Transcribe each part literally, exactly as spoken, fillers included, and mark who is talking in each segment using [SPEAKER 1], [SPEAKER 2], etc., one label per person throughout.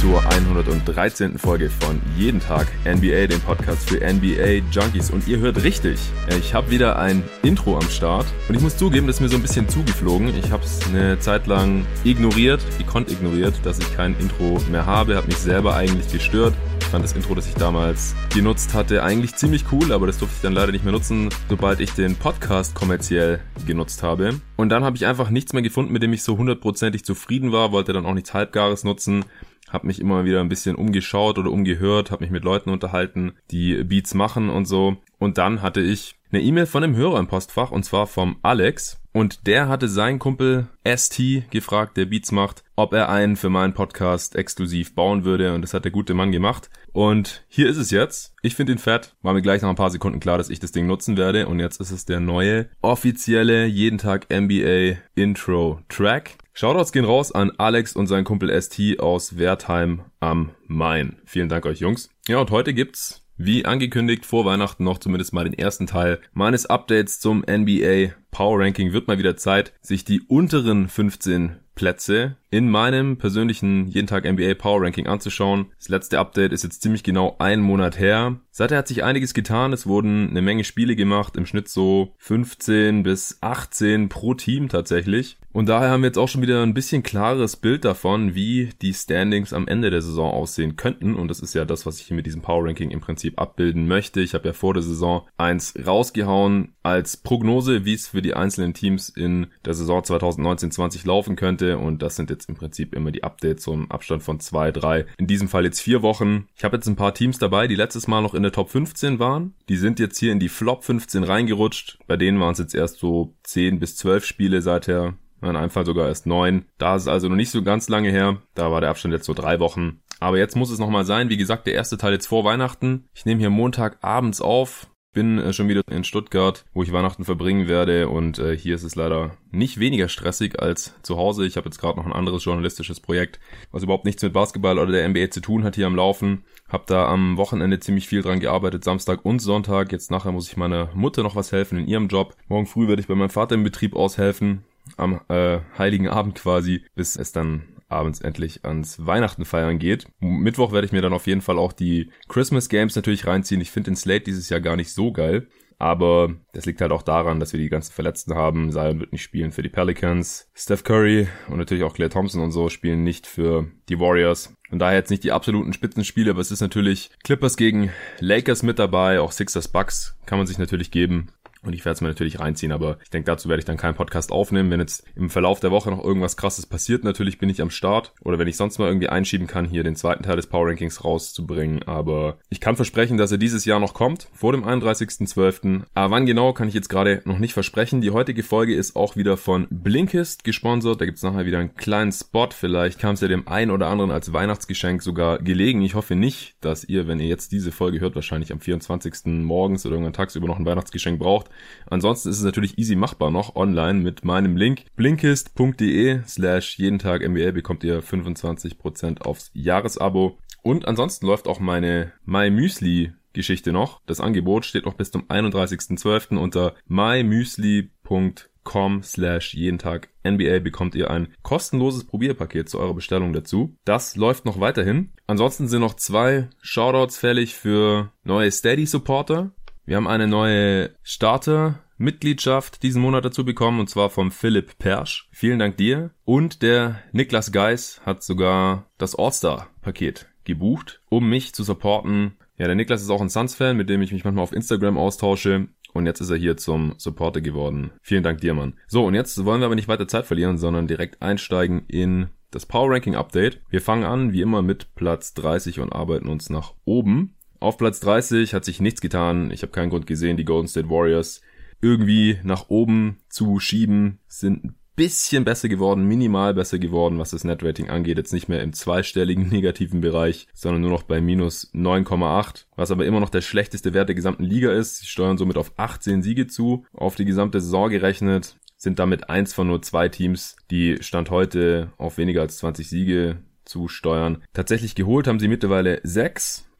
[SPEAKER 1] zur hundertdreizehnten Folge von Jeden Tag N B A, dem Podcast für N B A-Junkies. Und ihr hört richtig, ich habe wieder ein Intro am Start. Und ich muss zugeben, das ist mir so ein bisschen zugeflogen. Ich habe es eine Zeit lang ignoriert, gekonnt ignoriert, dass ich kein Intro mehr habe. Habe mich selber eigentlich gestört. Ich fand das Intro, das ich damals genutzt hatte, eigentlich ziemlich cool, aber das durfte ich dann leider nicht mehr nutzen, sobald ich den Podcast kommerziell genutzt habe. Und dann habe ich einfach nichts mehr gefunden, mit dem ich so hundertprozentig zufrieden war, wollte dann auch nichts Halbgares nutzen, habe mich immer wieder ein bisschen umgeschaut oder umgehört, habe mich mit Leuten unterhalten, die Beats machen und so. Und dann hatte ich eine E-Mail von einem Hörer im Postfach, und zwar vom Alex. Und der hatte seinen Kumpel S T gefragt, der Beats macht, ob er einen für meinen Podcast exklusiv bauen würde. Und das hat der gute Mann gemacht. Und hier ist es jetzt. Ich finde ihn fett. War mir gleich nach ein paar Sekunden klar, dass ich das Ding nutzen werde. Und jetzt ist es der neue, offizielle Jeden Tag N B A Intro Track. Shoutouts gehen raus an Alex und seinen Kumpel S T aus Wertheim am Main. Vielen Dank euch Jungs. Ja, und heute gibt's, wie angekündigt, vor Weihnachten noch zumindest mal den ersten Teil meines Updates zum N B A Power Ranking. Wird mal wieder Zeit, sich die unteren fünfzehn Plätze in meinem persönlichen Jeden Tag N B A Power Ranking anzuschauen. Das letzte Update ist jetzt ziemlich genau einen Monat her. Seither hat sich einiges getan. Es wurden eine Menge Spiele gemacht, im Schnitt so fünfzehn bis achtzehn pro Team tatsächlich. Und daher haben wir jetzt auch schon wieder ein bisschen klares Bild davon, wie die Standings am Ende der Saison aussehen könnten. Und das ist ja das, was ich hier mit diesem Power Ranking im Prinzip abbilden möchte. Ich habe ja vor der Saison eins rausgehauen als Prognose, wie es für die einzelnen Teams in der Saison zwanzig neunzehn zwanzig laufen könnte. Und das sind jetzt im Prinzip immer die Updates, so im Abstand von zwei, drei. In diesem Fall jetzt vier Wochen. Ich habe jetzt ein paar Teams dabei, die letztes Mal noch in der Top fünfzehn waren. Die sind jetzt hier in die Flop fünfzehn reingerutscht. Bei denen waren es jetzt erst so zehn bis zwölf Spiele seither. In einem Fall sogar erst neun. Da ist es also noch nicht so ganz lange her. Da war der Abstand jetzt so drei Wochen. Aber jetzt muss es nochmal sein. Wie gesagt, der erste Teil jetzt vor Weihnachten. Ich nehme hier Montagabends auf. Bin äh, schon wieder in Stuttgart, wo ich Weihnachten verbringen werde. Und äh, hier ist es leider nicht weniger stressig als zu Hause. Ich habe jetzt gerade noch ein anderes journalistisches Projekt, was überhaupt nichts mit Basketball oder der N B A zu tun hat, hier am Laufen. Hab da am Wochenende ziemlich viel dran gearbeitet, Samstag und Sonntag. Jetzt nachher muss ich meiner Mutter noch was helfen in ihrem Job. Morgen früh werde ich bei meinem Vater im Betrieb aushelfen. Am äh, Heiligen Abend quasi, bis es dann abends endlich ans Weihnachten feiern geht. Mittwoch werde ich mir dann auf jeden Fall auch die Christmas Games natürlich reinziehen. Ich finde den Slate dieses Jahr gar nicht so geil, aber das liegt halt auch daran, dass wir die ganzen Verletzten haben. Zion wird nicht spielen für die Pelicans. Steph Curry und natürlich auch Klay Thompson und so spielen nicht für die Warriors. Von daher jetzt nicht die absoluten Spitzenspiele, aber es ist natürlich Clippers gegen Lakers mit dabei, auch Sixers Bucks kann man sich natürlich geben. Und ich werde es mir natürlich reinziehen, aber ich denke, dazu werde ich dann keinen Podcast aufnehmen. Wenn jetzt im Verlauf der Woche noch irgendwas Krasses passiert, natürlich bin ich am Start. Oder wenn ich sonst mal irgendwie einschieben kann, hier den zweiten Teil des Power Rankings rauszubringen. Aber ich kann versprechen, dass er dieses Jahr noch kommt, vor dem einunddreißigsten zwölften Aber wann genau, kann ich jetzt gerade noch nicht versprechen. Die heutige Folge ist auch wieder von Blinkist gesponsert. Da gibt's nachher wieder einen kleinen Spot. Vielleicht kam es ja dem einen oder anderen als Weihnachtsgeschenk sogar gelegen. Ich hoffe nicht, dass ihr, wenn ihr jetzt diese Folge hört, wahrscheinlich am vierundzwanzigsten morgens oder irgendwann tagsüber noch ein Weihnachtsgeschenk braucht. Ansonsten ist es natürlich easy machbar noch online mit meinem Link. Blinkist.de slash jeden Tag N B A bekommt ihr fünfundzwanzig Prozent aufs Jahresabo. Und ansonsten läuft auch meine My Müsli Geschichte noch. Das Angebot steht noch bis zum einunddreißigsten zwölften unter mymüsli punkt com slash jeden Tag N B A bekommt ihr ein kostenloses Probierpaket zu eurer Bestellung dazu. Das läuft noch weiterhin. Ansonsten sind noch zwei Shoutouts fällig für neue Steady-Supporter. Wir haben eine neue Starter-Mitgliedschaft diesen Monat dazu bekommen, und zwar vom Philipp Persch. Vielen Dank dir. Und der Niklas Geis hat sogar das All-Star-Paket gebucht, um mich zu supporten. Ja, der Niklas ist auch ein Suns-Fan, mit dem ich mich manchmal auf Instagram austausche. Und jetzt ist er hier zum Supporter geworden. Vielen Dank dir, Mann. So, und jetzt wollen wir aber nicht weiter Zeit verlieren, sondern direkt einsteigen in das Power Ranking Update. Wir fangen an, wie immer, mit Platz dreißig und arbeiten uns nach oben. Auf Platz dreißig hat sich nichts getan. Ich habe keinen Grund gesehen, die Golden State Warriors irgendwie nach oben zu schieben. Sind ein bisschen besser geworden, minimal besser geworden, was das Net-Rating angeht. Jetzt nicht mehr im zweistelligen negativen Bereich, sondern nur noch bei minus neun Komma acht. Was aber immer noch der schlechteste Wert der gesamten Liga ist. Sie steuern somit auf achtzehn Siege zu. Auf die gesamte Saison gerechnet sind damit eins von nur zwei Teams, die Stand heute auf weniger als zwanzig Siege zu steuern. Tatsächlich geholt haben sie mittlerweile sechs.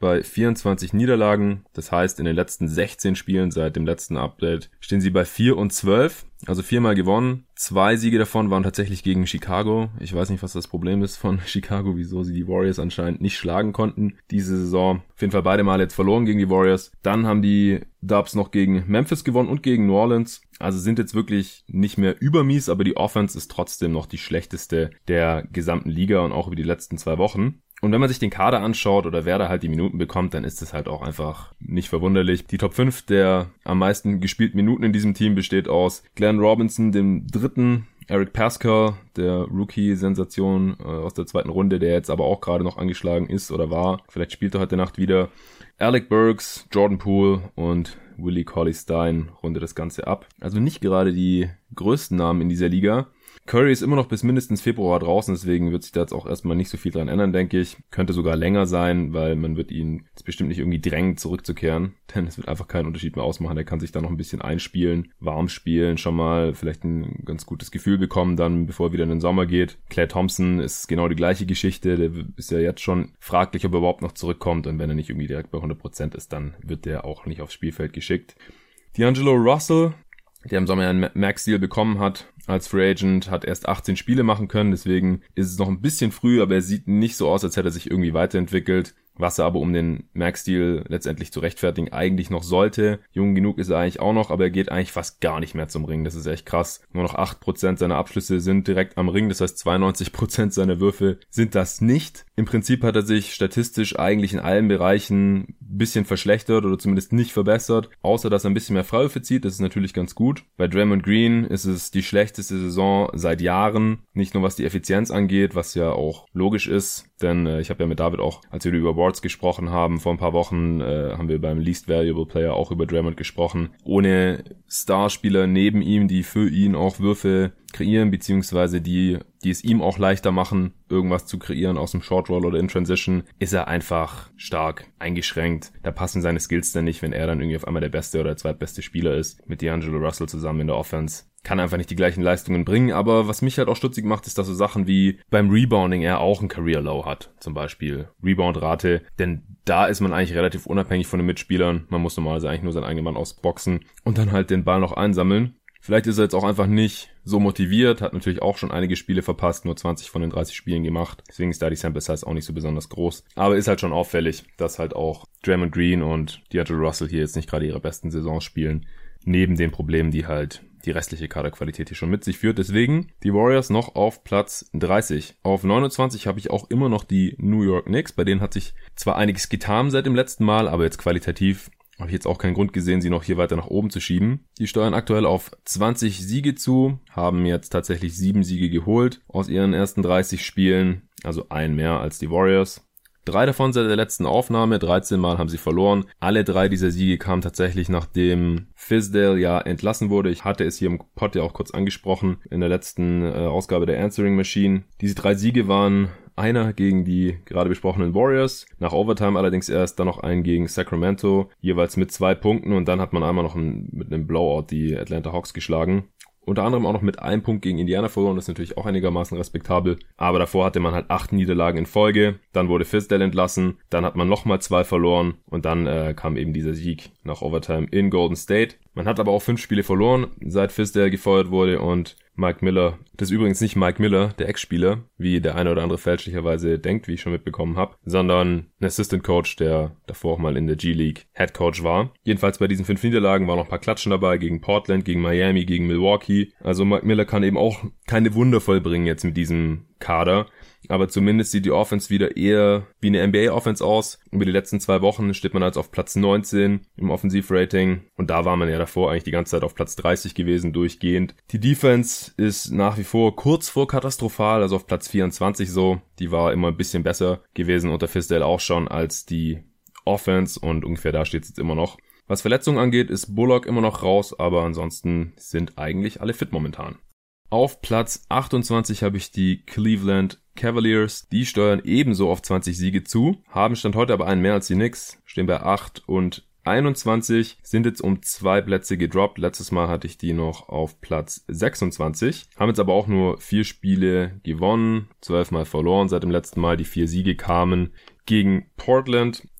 [SPEAKER 1] bei vierundzwanzig Niederlagen. Das heißt, in den letzten sechzehn Spielen seit dem letzten Update stehen sie bei vier und zwölf. Also viermal gewonnen. Zwei Siege davon waren tatsächlich gegen Chicago. Ich weiß nicht, was das Problem ist von Chicago, wieso sie die Warriors anscheinend nicht schlagen konnten diese Saison. Auf jeden Fall beide Mal jetzt verloren gegen die Warriors. Dann haben die Dubs noch gegen Memphis gewonnen und gegen New Orleans. Also sind jetzt wirklich nicht mehr übermies, aber die Offense ist trotzdem noch die schlechteste der gesamten Liga und auch über die letzten zwei Wochen. Und wenn man sich den Kader anschaut oder wer da halt die Minuten bekommt, dann ist es halt auch einfach nicht verwunderlich. Die Top fünf der am meisten gespielten Minuten in diesem Team besteht aus Glenn Robinson, dem dritten, Eric Paschall, der Rookie-Sensation äh, aus der zweiten Runde, der jetzt aber auch gerade noch angeschlagen ist oder war. Vielleicht spielt er heute Nacht wieder. Alec Burks, Jordan Poole und Willie Cauley-Stein rundet das Ganze ab. Also nicht gerade die größten Namen in dieser Liga. Curry ist immer noch bis mindestens Februar draußen, deswegen wird sich da jetzt auch erstmal nicht so viel dran ändern, denke ich. Könnte sogar länger sein, weil man wird ihn jetzt bestimmt nicht irgendwie drängen, zurückzukehren, denn es wird einfach keinen Unterschied mehr ausmachen. Er kann sich da noch ein bisschen einspielen, warm spielen, schon mal vielleicht ein ganz gutes Gefühl bekommen, dann bevor er wieder in den Sommer geht. Klay Thompson ist genau die gleiche Geschichte, der ist ja jetzt schon fraglich, ob er überhaupt noch zurückkommt, und wenn er nicht irgendwie direkt bei hundert Prozent ist, dann wird der auch nicht aufs Spielfeld geschickt. D'Angelo Russell, der im Sommer einen Max-Deal bekommen hat als Free Agent, hat erst achtzehn Spiele machen können, deswegen ist es noch ein bisschen früh, aber er sieht nicht so aus, als hätte er sich irgendwie weiterentwickelt, was er aber, um den Max-Deal letztendlich zu rechtfertigen, eigentlich noch sollte. Jung genug ist er eigentlich auch noch, aber er geht eigentlich fast gar nicht mehr zum Ring, das ist echt krass. Nur noch acht Prozent seiner Abschlüsse sind direkt am Ring, das heißt zweiundneunzig Prozent seiner Würfe sind das nicht. Im Prinzip hat er sich statistisch eigentlich in allen Bereichen ein bisschen verschlechtert oder zumindest nicht verbessert, außer dass er ein bisschen mehr Freiwürfe zieht, das ist natürlich ganz gut. Bei Draymond Green ist es die schlechteste Saison seit Jahren, nicht nur was die Effizienz angeht, was ja auch logisch ist, denn äh, ich habe ja mit David auch, als wir über Awards gesprochen haben, vor ein paar Wochen äh, haben wir beim Least Valuable Player auch über Draymond gesprochen. Ohne Starspieler neben ihm, die für ihn auch Würfe kreieren, beziehungsweise die, die es ihm auch leichter machen, irgendwas zu kreieren aus dem Short Roll oder in Transition, ist er einfach stark eingeschränkt. Da passen seine Skills dann nicht, wenn er dann irgendwie auf einmal der beste oder zweitbeste Spieler ist, mit D'Angelo Russell zusammen in der Offense. Kann einfach nicht die gleichen Leistungen bringen, aber was mich halt auch stutzig macht, ist, dass so Sachen wie beim Rebounding er auch ein Career Low hat, zum Beispiel Rebound-Rate, denn da ist man eigentlich relativ unabhängig von den Mitspielern. Man muss normalerweise eigentlich nur seinen eigenen Mann ausboxen und dann halt den Ball noch einsammeln. Vielleicht ist er jetzt auch einfach nicht so motiviert, hat natürlich auch schon einige Spiele verpasst, nur zwanzig von den dreißig Spielen gemacht. Deswegen ist da die Sample Size auch nicht so besonders groß. Aber ist halt schon auffällig, dass halt auch Draymond Green und D'Angelo Russell hier jetzt nicht gerade ihre besten Saisons spielen. Neben den Problemen, die halt die restliche Kaderqualität hier schon mit sich führt. Deswegen die Warriors noch auf Platz dreißig. Auf neunundzwanzig habe ich auch immer noch die New York Knicks. Bei denen hat sich zwar einiges getan seit dem letzten Mal, aber jetzt qualitativ habe ich jetzt auch keinen Grund gesehen, sie noch hier weiter nach oben zu schieben. Die steuern aktuell auf zwanzig Siege zu, haben jetzt tatsächlich sieben Siege geholt aus ihren ersten dreißig Spielen, also ein mehr als die Warriors. Drei davon seit der letzten Aufnahme, dreizehn Mal haben sie verloren. Alle drei dieser Siege kamen tatsächlich, nachdem Fizdale ja entlassen wurde. Ich hatte es hier im Pod ja auch kurz angesprochen in der letzten äh, Ausgabe der Answering Machine. Diese drei Siege waren einer gegen die gerade besprochenen Warriors, nach Overtime allerdings erst, dann noch einen gegen Sacramento, jeweils mit zwei Punkten, und dann hat man einmal noch ein, mit einem Blowout die Atlanta Hawks geschlagen. Unter anderem auch noch mit einem Punkt gegen Indiana verloren, das ist natürlich auch einigermaßen respektabel. Aber davor hatte man halt acht Niederlagen in Folge, dann wurde Fizdale entlassen, dann hat man nochmal zwei verloren und dann äh, kam eben dieser Sieg nach Overtime in Golden State. Man hat aber auch fünf Spiele verloren, seit Fizdale gefeuert wurde, und Mike Miller, das ist übrigens nicht Mike Miller, der Ex-Spieler, wie der eine oder andere fälschlicherweise denkt, wie ich schon mitbekommen habe, sondern ein Assistant Coach, der davor auch mal in der G-League Head Coach war. Jedenfalls bei diesen fünf Niederlagen waren noch ein paar Klatschen dabei, gegen Portland, gegen Miami, gegen Milwaukee. Also Mike Miller kann eben auch keine Wunder vollbringen jetzt mit diesem Kader. Aber zumindest sieht die Offense wieder eher wie eine N B A-Offense aus. Über die letzten zwei Wochen steht man also auf Platz neunzehn im Offensivrating. Und da war man ja davor eigentlich die ganze Zeit auf Platz dreißig gewesen, durchgehend. Die Defense ist nach wie vor kurz vor katastrophal, also auf Platz vierundzwanzig so. Die war immer ein bisschen besser gewesen unter Fizdale auch schon als die Offense, und ungefähr da steht es jetzt immer noch. Was Verletzungen angeht, ist Bullock immer noch raus, aber ansonsten sind eigentlich alle fit momentan. Auf Platz achtundzwanzig habe ich die Cleveland Cavaliers. Die steuern ebenso auf zwanzig Siege zu, haben Stand heute aber einen mehr als die Knicks, stehen bei acht und einundzwanzig, sind jetzt um zwei Plätze gedroppt. Letztes Mal hatte ich die noch auf Platz sechsundzwanzig, haben jetzt aber auch nur vier Spiele gewonnen, zwölf Mal verloren seit dem letzten Mal. Die vier Siege kamen gegen Portland,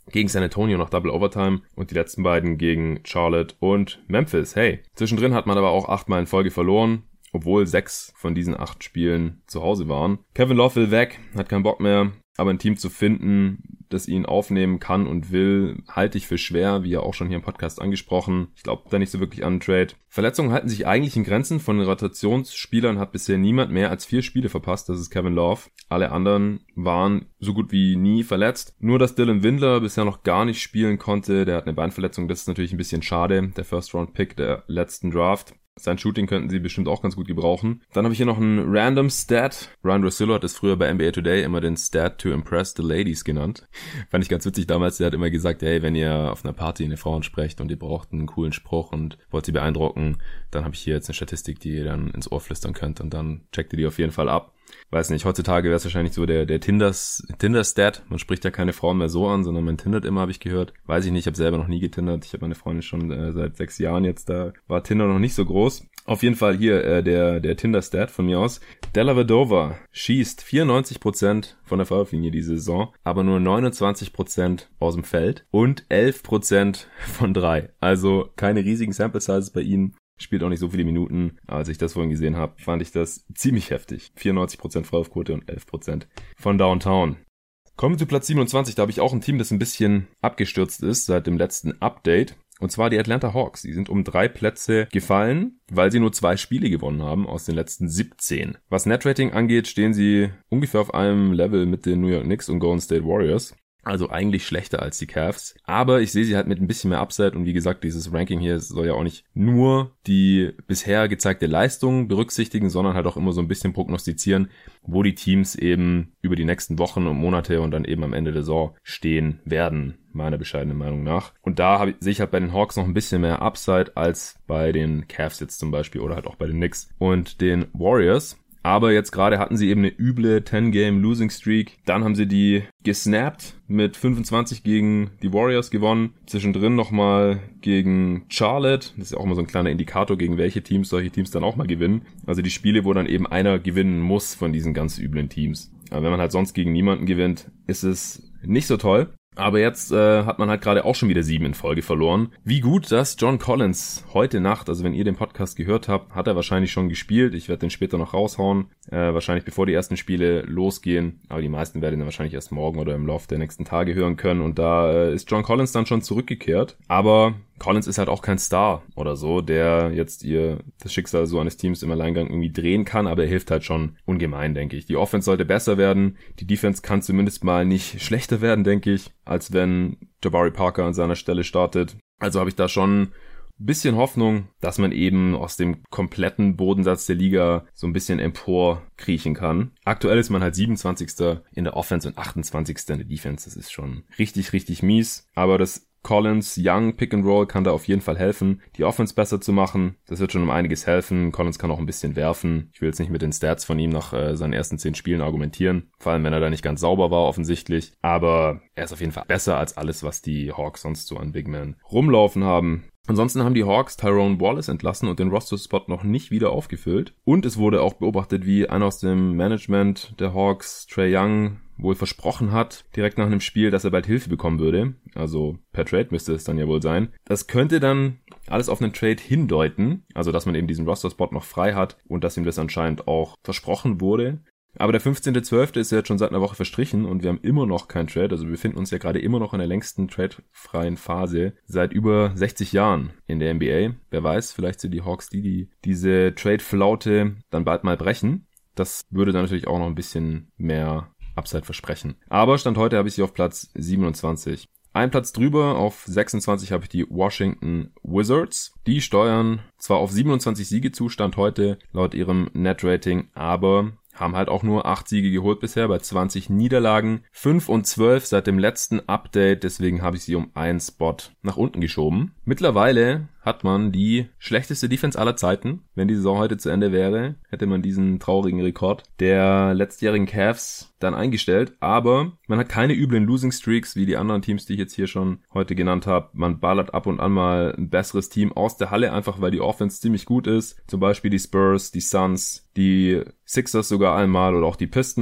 [SPEAKER 1] gegen San Antonio nach Double Overtime und die letzten beiden gegen Charlotte und Memphis. Hey, zwischendrin hat man aber auch achtmal in Folge verloren, obwohl sechs von diesen acht Spielen zu Hause waren. Kevin Love will weg, hat keinen Bock mehr, aber ein Team zu finden, das ihn aufnehmen kann und will, halte ich für schwer, wie ja auch schon hier im Podcast angesprochen. Ich glaube da nicht so wirklich an einen Trade. Verletzungen halten sich eigentlich in Grenzen. Von den Rotationsspielern hat bisher niemand mehr als vier Spiele verpasst. Das ist Kevin Love. Alle anderen waren so gut wie nie verletzt. Nur, dass Dylan Windler bisher noch gar nicht spielen konnte. Der hat eine Beinverletzung. Das ist natürlich ein bisschen schade. Der First-Round-Pick der letzten Draft. Sein Shooting könnten sie bestimmt auch ganz gut gebrauchen. Dann habe ich hier noch einen Random Stat. Ryan Russillo hat es früher bei N B A Today immer den Stat to impress the ladies genannt. Fand ich ganz witzig damals. Der hat immer gesagt, hey, wenn ihr auf einer Party eine Frau ansprecht und ihr braucht einen coolen Spruch und wollt sie beeindrucken, dann habe ich hier jetzt eine Statistik, die ihr dann ins Ohr flüstern könnt und dann checkt ihr die auf jeden Fall ab. Weiß nicht, heutzutage wäre es wahrscheinlich so der der Tinders Tinder-Stat. Man spricht ja keine Frauen mehr so an, sondern man tindert immer, habe ich gehört. Weiß ich nicht, ich habe selber noch nie getindert. Ich habe meine Freundin schon äh, seit sechs Jahren jetzt, da war Tinder noch nicht so groß. Auf jeden Fall hier äh, der der Tinder-Stat von mir aus. Della Vedova schießt vierundneunzig Prozent von der Freiwurflinie diese Saison, aber nur neunundzwanzig Prozent aus dem Feld und elf Prozent von drei. Also keine riesigen Sample-Sizes bei ihnen. Spielt auch nicht so viele Minuten. Als ich das vorhin gesehen habe, fand ich das ziemlich heftig. vierundneunzig Prozent Freiwurfquote und elf Prozent von Downtown. Kommen wir zu Platz siebenundzwanzig. Da habe ich auch ein Team, das ein bisschen abgestürzt ist seit dem letzten Update. Und zwar die Atlanta Hawks. Die sind um drei Plätze gefallen, weil sie nur zwei Spiele gewonnen haben aus den letzten siebzehn. Was Netrating angeht, stehen sie ungefähr auf einem Level mit den New York Knicks und Golden State Warriors. Also eigentlich schlechter als die Cavs. Aber ich sehe sie halt mit ein bisschen mehr Upside. Und wie gesagt, dieses Ranking hier soll ja auch nicht nur die bisher gezeigte Leistung berücksichtigen, sondern halt auch immer so ein bisschen prognostizieren, wo die Teams eben über die nächsten Wochen und Monate und dann eben am Ende der Saison stehen werden, meiner bescheidenen Meinung nach. Und da habe ich, sehe ich halt bei den Hawks noch ein bisschen mehr Upside als bei den Cavs jetzt zum Beispiel oder halt auch bei den Knicks und den Warriors. Aber jetzt gerade hatten sie eben eine üble zehn-Game-Losing-Streak. Dann haben sie die gesnappt, mit fünfundzwanzig gegen die Warriors gewonnen. Zwischendrin nochmal gegen Charlotte. Das ist ja auch immer so ein kleiner Indikator, gegen welche Teams solche Teams dann auch mal gewinnen. Also die Spiele, wo dann eben einer gewinnen muss von diesen ganz üblen Teams. Aber wenn man halt sonst gegen niemanden gewinnt, ist es nicht so toll. Aber jetzt äh, hat man halt gerade auch schon wieder sieben in Folge verloren. Wie gut, dass John Collins heute Nacht, also wenn ihr den Podcast gehört habt, hat er wahrscheinlich schon gespielt. Ich werde den später noch raushauen, äh, wahrscheinlich bevor die ersten Spiele losgehen. Aber die meisten werden dann wahrscheinlich erst morgen oder im Laufe der nächsten Tage hören können. Und da äh, ist John Collins dann schon zurückgekehrt. Aber Collins ist halt auch kein Star oder so, der jetzt ihr das Schicksal so eines Teams im Alleingang irgendwie drehen kann, aber er hilft halt schon ungemein, denke ich. Die Offense sollte besser werden, die Defense kann zumindest mal nicht schlechter werden, denke ich, als wenn Jabari Parker an seiner Stelle startet. Also habe ich da schon ein bisschen Hoffnung, dass man eben aus dem kompletten Bodensatz der Liga so ein bisschen emporkriechen kann. Aktuell ist man halt siebenundzwanzigster in der Offense und achtundzwanzigster in der Defense. Das ist schon richtig, richtig mies, aber das Collins, Young, Pick and Roll kann da auf jeden Fall helfen, die Offense besser zu machen. Das wird schon um einiges helfen. Collins kann auch ein bisschen werfen. Ich will jetzt nicht mit den Stats von ihm nach äh, seinen ersten zehn Spielen argumentieren. Vor allem, wenn er da nicht ganz sauber war, offensichtlich. Aber er ist auf jeden Fall besser als alles, was die Hawks sonst so an Big Men rumlaufen haben. Ansonsten haben die Hawks Tyrone Wallace entlassen und den Roster-Spot noch nicht wieder aufgefüllt. Und es wurde auch beobachtet, wie einer aus dem Management der Hawks, Trae Young, wohl versprochen hat, direkt nach einem Spiel, dass er bald Hilfe bekommen würde. Also per Trade müsste es dann ja wohl sein. Das könnte dann alles auf einen Trade hindeuten. Also dass man eben diesen Roster-Spot noch frei hat und dass ihm das anscheinend auch versprochen wurde. Aber der fünfzehnter zwölfter ist ja jetzt schon seit einer Woche verstrichen und wir haben immer noch keinen Trade. Also wir befinden uns ja gerade immer noch in der längsten tradefreien Phase seit über sechzig Jahren in der N B A. Wer weiß, vielleicht sind die Hawks die, die diese Trade-Flaute dann bald mal brechen. Das würde dann natürlich auch noch ein bisschen mehr Upside versprechen. Aber Stand heute habe ich sie auf Platz siebenundzwanzig. Ein Platz drüber, auf sechsundzwanzig, habe ich die Washington Wizards. Die steuern zwar auf siebenundzwanzig Siege zu, Stand heute, laut ihrem Net-Rating, aber haben halt auch nur acht Siege geholt bisher bei zwanzig Niederlagen. fünf und zwölf seit dem letzten Update, deswegen habe ich sie um einen Spot nach unten geschoben. Mittlerweile hat man die schlechteste Defense aller Zeiten. Wenn die Saison heute zu Ende wäre, hätte man diesen traurigen Rekord der letztjährigen Cavs dann eingestellt. Aber man hat keine üblen Losing Streaks wie die anderen Teams, die ich jetzt hier schon heute genannt habe. Man ballert ab und an mal ein besseres Team aus der Halle, einfach weil die Offense ziemlich gut ist. Zum Beispiel die Spurs, die Suns, die Sixers sogar einmal oder auch die Pistons.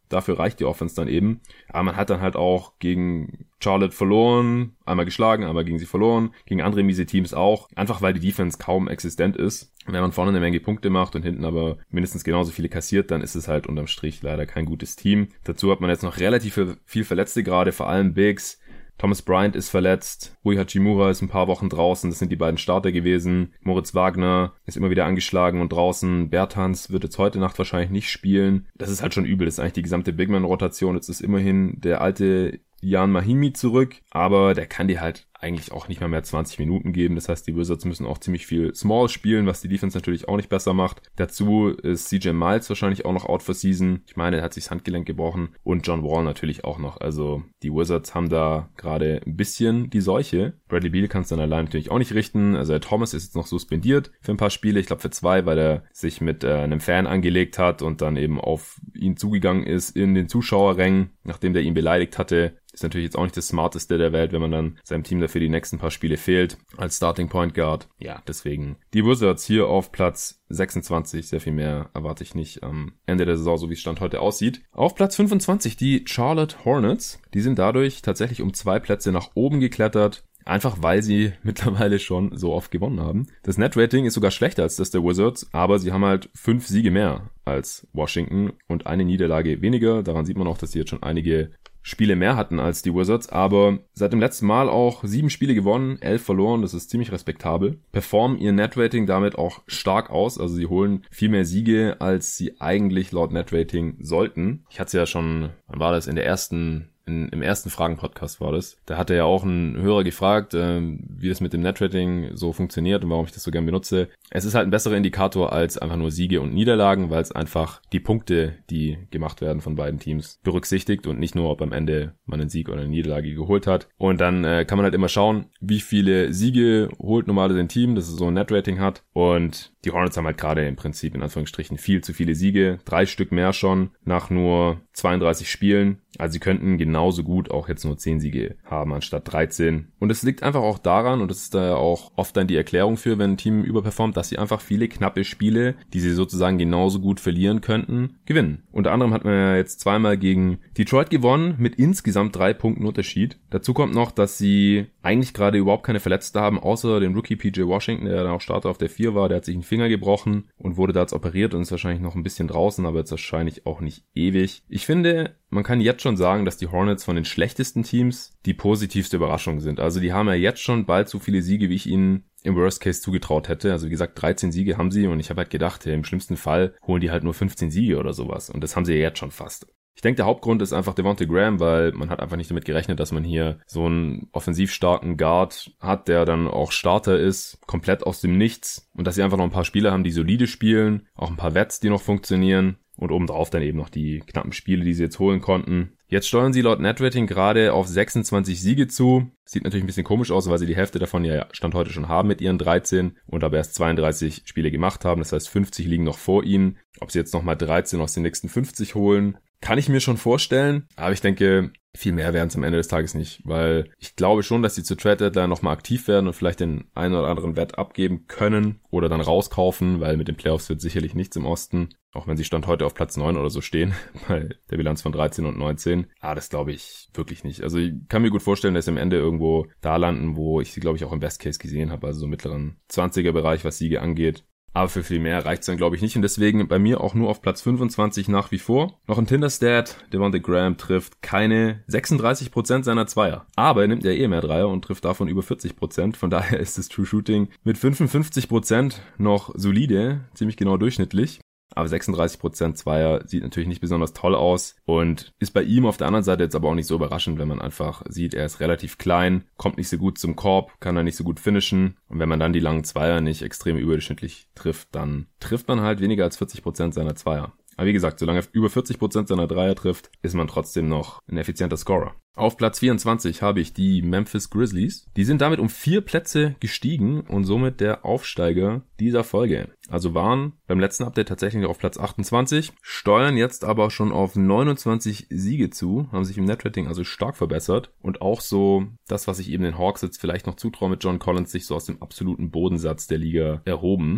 [SPEAKER 1] dafür reicht die Offense dann eben. Aber man hat dann halt auch gegen Charlotte verloren, einmal geschlagen, einmal gegen sie verloren, gegen andere miese Teams auch, einfach weil die Defense kaum existent ist. Wenn man vorne eine Menge Punkte macht und hinten aber mindestens genauso viele kassiert, dann ist es halt unterm Strich leider kein gutes Team. Dazu hat man jetzt noch relativ viel Verletzte gerade, vor allem Bigs. Thomas Bryant ist verletzt, Rui Hachimura ist ein paar Wochen draußen, das sind die beiden Starter gewesen. Moritz Wagner ist immer wieder angeschlagen und draußen. Bertans wird jetzt heute Nacht wahrscheinlich nicht spielen. Das ist halt schon übel, das ist eigentlich die gesamte Bigman-Rotation. Jetzt ist immerhin der alte Jan Mahimi zurück, aber der kann die halt eigentlich auch nicht mal mehr zwanzig Minuten geben. Das heißt, die Wizards müssen auch ziemlich viel Small spielen, was die Defense natürlich auch nicht besser macht. Dazu ist C J Miles wahrscheinlich auch noch out for season. Ich meine, er hat sich das Handgelenk gebrochen. Und John Wall natürlich auch noch. Also die Wizards haben da gerade ein bisschen die Seuche. Bradley Beal kann es dann allein natürlich auch nicht richten. Also der Thomas ist jetzt noch suspendiert für ein paar Spiele. Ich glaube für zwei, weil er sich mit äh, einem Fan angelegt hat und dann eben auf ihn zugegangen ist in den Zuschauerrängen, nachdem der ihn beleidigt hatte. Ist natürlich jetzt auch nicht das Smarteste der Welt, wenn man dann seinem Team dafür die nächsten paar Spiele fehlt als Starting Point Guard. Ja, deswegen die Wizards hier auf Platz sechsundzwanzig. Sehr viel mehr erwarte ich nicht am Ende der Saison, so wie es Stand heute aussieht. Auf Platz fünfundzwanzig die Charlotte Hornets. Die sind dadurch tatsächlich um zwei Plätze nach oben geklettert. Einfach weil sie mittlerweile schon so oft gewonnen haben. Das Net-Rating ist sogar schlechter als das der Wizards, aber sie haben halt fünf Siege mehr als Washington und eine Niederlage weniger. Daran sieht man auch, dass sie jetzt schon einige Spiele mehr hatten als die Wizards, aber seit dem letzten Mal auch sieben Spiele gewonnen, elf verloren, das ist ziemlich respektabel. Performen ihr Net-Rating damit auch stark aus, also sie holen viel mehr Siege, als sie eigentlich laut Net-Rating sollten. Ich hatte es ja schon, wann war das, in der ersten... In, im ersten Fragen-Podcast war das. Da hatte ja auch ein Hörer gefragt, äh, wie das mit dem Net-Rating so funktioniert und warum ich das so gern benutze. Es ist halt ein besserer Indikator als einfach nur Siege und Niederlagen, weil es einfach die Punkte, die gemacht werden von beiden Teams, berücksichtigt und nicht nur, ob am Ende man einen Sieg oder eine Niederlage geholt hat. Und dann äh, kann man halt immer schauen, wie viele Siege holt normalerweise ein Team, das so ein Net-Rating hat. Und die Hornets haben halt gerade im Prinzip in Anführungsstrichen viel zu viele Siege. Drei Stück mehr schon nach nur zweiunddreißig Spielen. Also sie könnten genauso gut auch jetzt nur zehn Siege haben anstatt dreizehn. Und es liegt einfach auch daran, und das ist da auch oft dann die Erklärung für, wenn ein Team überperformt, dass sie einfach viele knappe Spiele, die sie sozusagen genauso gut verlieren könnten, gewinnen. Unter anderem hat man ja jetzt zweimal gegen Detroit gewonnen mit insgesamt drei Punkten Unterschied. Dazu kommt noch, dass sie eigentlich gerade überhaupt keine Verletzte haben, außer den Rookie P J Washington, der dann auch Starter auf der vier war. Der hat sich einen Finger gebrochen und wurde da jetzt operiert und ist wahrscheinlich noch ein bisschen draußen, aber jetzt wahrscheinlich auch nicht ewig. Ich finde, man kann jetzt schon sagen, dass die Hornets von den schlechtesten Teams die positivste Überraschung sind. Also die haben ja jetzt schon bald so viele Siege, wie ich ihnen im Worst Case zugetraut hätte. Also wie gesagt, dreizehn Siege haben sie und ich habe halt gedacht, hey, im schlimmsten Fall holen die halt nur fünfzehn Siege oder sowas. Und das haben sie ja jetzt schon fast. Ich denke, der Hauptgrund ist einfach Devontae Graham, weil man hat einfach nicht damit gerechnet, dass man hier so einen offensiv starken Guard hat, der dann auch Starter ist, komplett aus dem Nichts. Und dass sie einfach noch ein paar Spieler haben, die solide spielen, auch ein paar Vets, die noch funktionieren. Und obendrauf dann eben noch die knappen Spiele, die sie jetzt holen konnten. Jetzt steuern sie laut Net-Rating gerade auf sechsundzwanzig Siege zu. Sieht natürlich ein bisschen komisch aus, weil sie die Hälfte davon ja Stand heute schon haben mit ihren dreizehn und aber erst zweiunddreißig Spiele gemacht haben. Das heißt, fünfzig liegen noch vor ihnen. Ob sie jetzt nochmal dreizehn aus den nächsten fünfzig holen, kann ich mir schon vorstellen. Aber ich denke, viel mehr werden es am Ende des Tages nicht, weil ich glaube schon, dass sie zur Trade-Deadline nochmal aktiv werden und vielleicht den einen oder anderen Wett abgeben können oder dann rauskaufen, weil mit den Playoffs wird sicherlich nichts im Osten, auch wenn sie Stand heute auf Platz neun oder so stehen, bei der Bilanz von dreizehn und neunzehn. Ah, das glaube ich wirklich nicht. Also ich kann mir gut vorstellen, dass sie am Ende irgendwo da landen, wo ich sie, glaube ich, auch im Best Case gesehen habe, also so mittleren zwanziger-Bereich, was Siege angeht. Aber für viel mehr reicht's dann, glaube ich, nicht. Und deswegen bei mir auch nur auf Platz fünfundzwanzig nach wie vor. Noch ein Tinder-Stat. Devontae Graham trifft keine sechsunddreißig Prozent seiner Zweier. Aber er nimmt ja eh mehr Dreier und trifft davon über vierzig Prozent. Von daher ist das True Shooting mit fünfundfünfzig Prozent noch solide. Ziemlich genau durchschnittlich. Aber sechsunddreißig Prozent Zweier sieht natürlich nicht besonders toll aus und ist bei ihm auf der anderen Seite jetzt aber auch nicht so überraschend, wenn man einfach sieht, er ist relativ klein, kommt nicht so gut zum Korb, kann er nicht so gut finishen und wenn man dann die langen Zweier nicht extrem überdurchschnittlich trifft, dann trifft man halt weniger als vierzig Prozent seiner Zweier. Aber wie gesagt, solange er über vierzig Prozent seiner Dreier trifft, ist man trotzdem noch ein effizienter Scorer. Auf Platz vierundzwanzig habe ich die Memphis Grizzlies. Die sind damit um vier Plätze gestiegen und somit der Aufsteiger dieser Folge. Also waren beim letzten Update tatsächlich auf Platz achtundzwanzig, steuern jetzt aber schon auf neunundzwanzig Siege zu, haben sich im Net-Rating also stark verbessert und auch so das, was ich eben den Hawks jetzt vielleicht noch zutraue mit John Collins, sich so aus dem absoluten Bodensatz der Liga erhoben.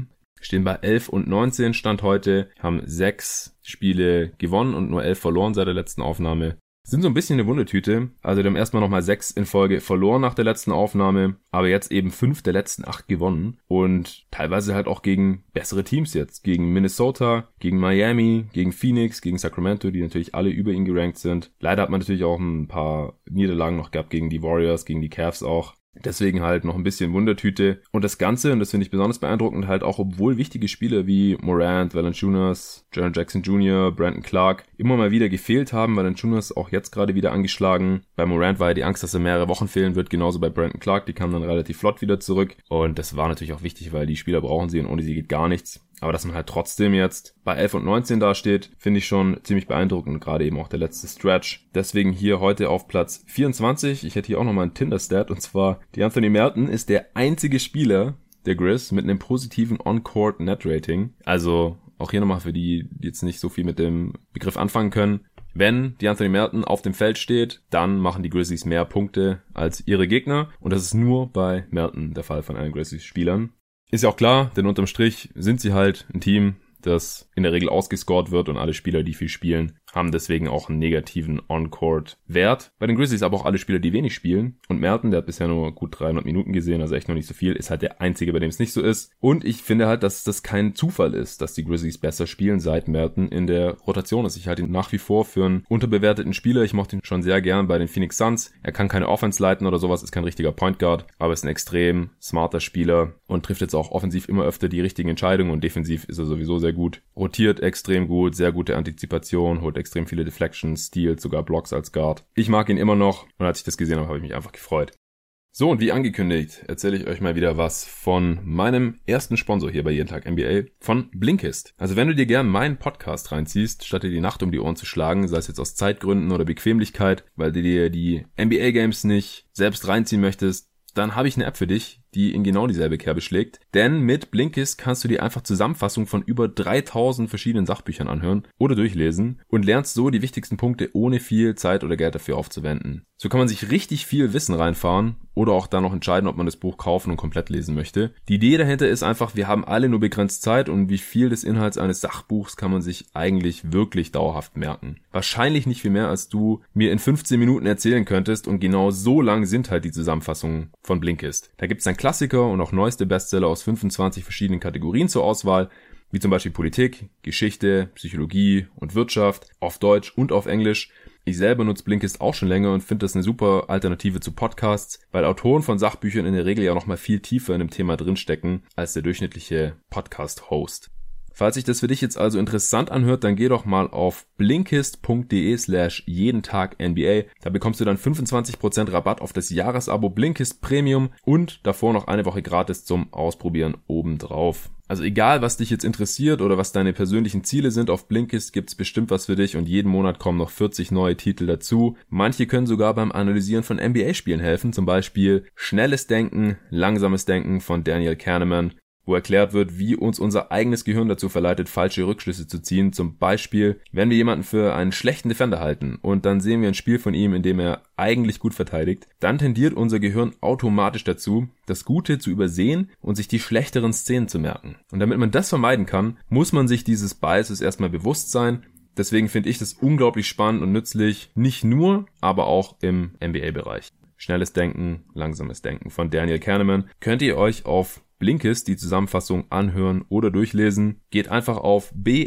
[SPEAKER 1] stehen bei elf und neunzehn Stand heute, haben sechs Spiele gewonnen und nur elf verloren seit der letzten Aufnahme. Sind so ein bisschen eine Wundertüte. Also die haben erstmal nochmal sechs in Folge verloren nach der letzten Aufnahme, aber jetzt eben fünf der letzten acht gewonnen und teilweise halt auch gegen bessere Teams jetzt. Gegen Minnesota, gegen Miami, gegen Phoenix, gegen Sacramento, die natürlich alle über ihn gerankt sind. Leider hat man natürlich auch ein paar Niederlagen noch gehabt gegen die Warriors, gegen die Cavs auch. Deswegen halt noch ein bisschen Wundertüte. Und das Ganze, und das finde ich besonders beeindruckend, halt auch obwohl wichtige Spieler wie Morant, Valanciunas, Jaren Jackson Junior, Brandon Clark immer mal wieder gefehlt haben. Valanciunas auch jetzt gerade wieder angeschlagen. Bei Morant war ja die Angst, dass er mehrere Wochen fehlen wird, genauso bei Brandon Clark. Die kamen dann relativ flott wieder zurück. Und das war natürlich auch wichtig, weil die Spieler brauchen sie und ohne sie geht gar nichts. Aber dass man halt trotzdem jetzt bei elf und neunzehn dasteht, finde ich schon ziemlich beeindruckend, gerade eben auch der letzte Stretch. Deswegen hier heute auf Platz vierundzwanzig. Ich hätte hier auch nochmal einen Tinder-Stat, und zwar DeAnthony Melton ist der einzige Spieler der Grizz mit einem positiven On-Court-Net-Rating. Also auch hier nochmal für die, die jetzt nicht so viel mit dem Begriff anfangen können. Wenn DeAnthony Melton auf dem Feld steht, dann machen die Grizzlies mehr Punkte als ihre Gegner. Und das ist nur bei Melton der Fall von allen Grizzlies-Spielern. Ist ja auch klar, denn unterm Strich sind sie halt ein Team, das in der Regel ausgescored wird und alle Spieler, die viel spielen, haben deswegen auch einen negativen On-Court-Wert. Bei den Grizzlies aber auch alle Spieler, die wenig spielen. Und Melton, der hat bisher nur gut dreihundert Minuten gesehen, also echt noch nicht so viel, ist halt der Einzige, bei dem es nicht so ist. Und ich finde halt, dass das kein Zufall ist, dass die Grizzlies besser spielen, seit Melton in der Rotation ist. Ich halte ihn nach wie vor für einen unterbewerteten Spieler. Ich mochte ihn schon sehr gern bei den Phoenix Suns. Er kann keine Offense leiten oder sowas, ist kein richtiger Point Guard, aber ist ein extrem smarter Spieler und trifft jetzt auch offensiv immer öfter die richtigen Entscheidungen und defensiv ist er sowieso sehr gut. Rotiert extrem gut, sehr gute Antizipation, holt extrem viele Deflections, Steals, sogar Blocks als Guard. Ich mag ihn immer noch und als ich das gesehen habe, habe ich mich einfach gefreut. So, und wie angekündigt, erzähle ich euch mal wieder was von meinem ersten Sponsor hier bei Jeden Tag N B A, von Blinkist. Also wenn du dir gern meinen Podcast reinziehst, statt dir die Nacht um die Ohren zu schlagen, sei es jetzt aus Zeitgründen oder Bequemlichkeit, weil du dir die N B A-Games nicht selbst reinziehen möchtest, dann habe ich eine App für dich, die in genau dieselbe Kerbe schlägt. Denn mit Blinkist kannst du dir einfach Zusammenfassungen von über dreitausend verschiedenen Sachbüchern anhören oder durchlesen und lernst so die wichtigsten Punkte, ohne viel Zeit oder Geld dafür aufzuwenden. So kann man sich richtig viel Wissen reinfahren oder auch dann noch entscheiden, ob man das Buch kaufen und komplett lesen möchte. Die Idee dahinter ist einfach, wir haben alle nur begrenzt Zeit und wie viel des Inhalts eines Sachbuchs kann man sich eigentlich wirklich dauerhaft merken. Wahrscheinlich nicht viel mehr, als du mir in fünfzehn Minuten erzählen könntest und genau so lang sind halt die Zusammenfassungen von Blinkist. Da gibt's dann Klassiker und auch neueste Bestseller aus fünfundzwanzig verschiedenen Kategorien zur Auswahl, wie zum Beispiel Politik, Geschichte, Psychologie und Wirtschaft, auf Deutsch und auf Englisch. Ich selber nutze Blinkist auch schon länger und finde das eine super Alternative zu Podcasts, weil Autoren von Sachbüchern in der Regel ja noch mal viel tiefer in dem Thema drinstecken als der durchschnittliche Podcast-Host. Falls sich das für dich jetzt also interessant anhört, dann geh doch mal auf blinkist.de slash jeden Tag N B A. Da bekommst du dann fünfundzwanzig Prozent Rabatt auf das Jahresabo Blinkist Premium und davor noch eine Woche gratis zum Ausprobieren obendrauf. Also egal, was dich jetzt interessiert oder was deine persönlichen Ziele sind, auf Blinkist gibt's bestimmt was für dich und jeden Monat kommen noch vierzig neue Titel dazu. Manche können sogar beim Analysieren von N B A-Spielen helfen, zum Beispiel Schnelles Denken, Langsames Denken von Daniel Kahneman, wo erklärt wird, wie uns unser eigenes Gehirn dazu verleitet, falsche Rückschlüsse zu ziehen. Zum Beispiel, wenn wir jemanden für einen schlechten Defender halten und dann sehen wir ein Spiel von ihm, in dem er eigentlich gut verteidigt, dann tendiert unser Gehirn automatisch dazu, das Gute zu übersehen und sich die schlechteren Szenen zu merken. Und damit man das vermeiden kann, muss man sich dieses Biases erstmal bewusst sein. Deswegen finde ich das unglaublich spannend und nützlich, nicht nur, aber auch im N B A-Bereich. Schnelles Denken, langsames Denken von Daniel Kahneman könnt ihr euch auf Blinkist die Zusammenfassung anhören oder durchlesen. Geht einfach auf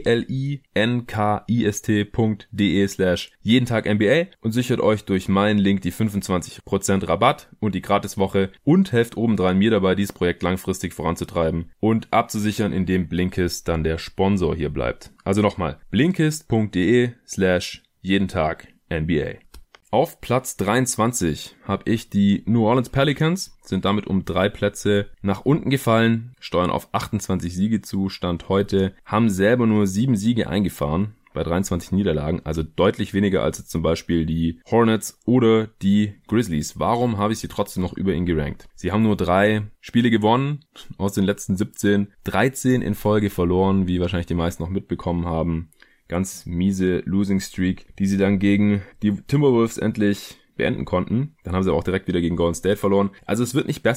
[SPEAKER 1] blinkist.de slash jeden Tag N B A und sichert euch durch meinen Link die fünfundzwanzig Prozent Rabatt und die Gratiswoche und helft obendrein mir dabei, dieses Projekt langfristig voranzutreiben und abzusichern, indem Blinkist dann der Sponsor hier bleibt. Also nochmal, blinkist.de slash jeden Tag N B A. Auf Platz dreiundzwanzig habe ich die New Orleans Pelicans, sind damit um drei Plätze nach unten gefallen, steuern auf achtundzwanzig Siege zu, Stand heute, haben selber nur sieben Siege eingefahren bei dreiundzwanzig Niederlagen, also deutlich weniger als jetzt zum Beispiel die Hornets oder die Grizzlies. Warum habe ich sie trotzdem noch über ihn gerankt? Sie haben nur drei Spiele gewonnen aus den letzten siebzehn, dreizehn in Folge verloren, wie wahrscheinlich die meisten noch mitbekommen haben. Ganz miese Losing Streak, die sie dann gegen die Timberwolves endlich beenden konnten. Dann haben sie auch direkt wieder gegen Golden State verloren. Also es wird nicht besser,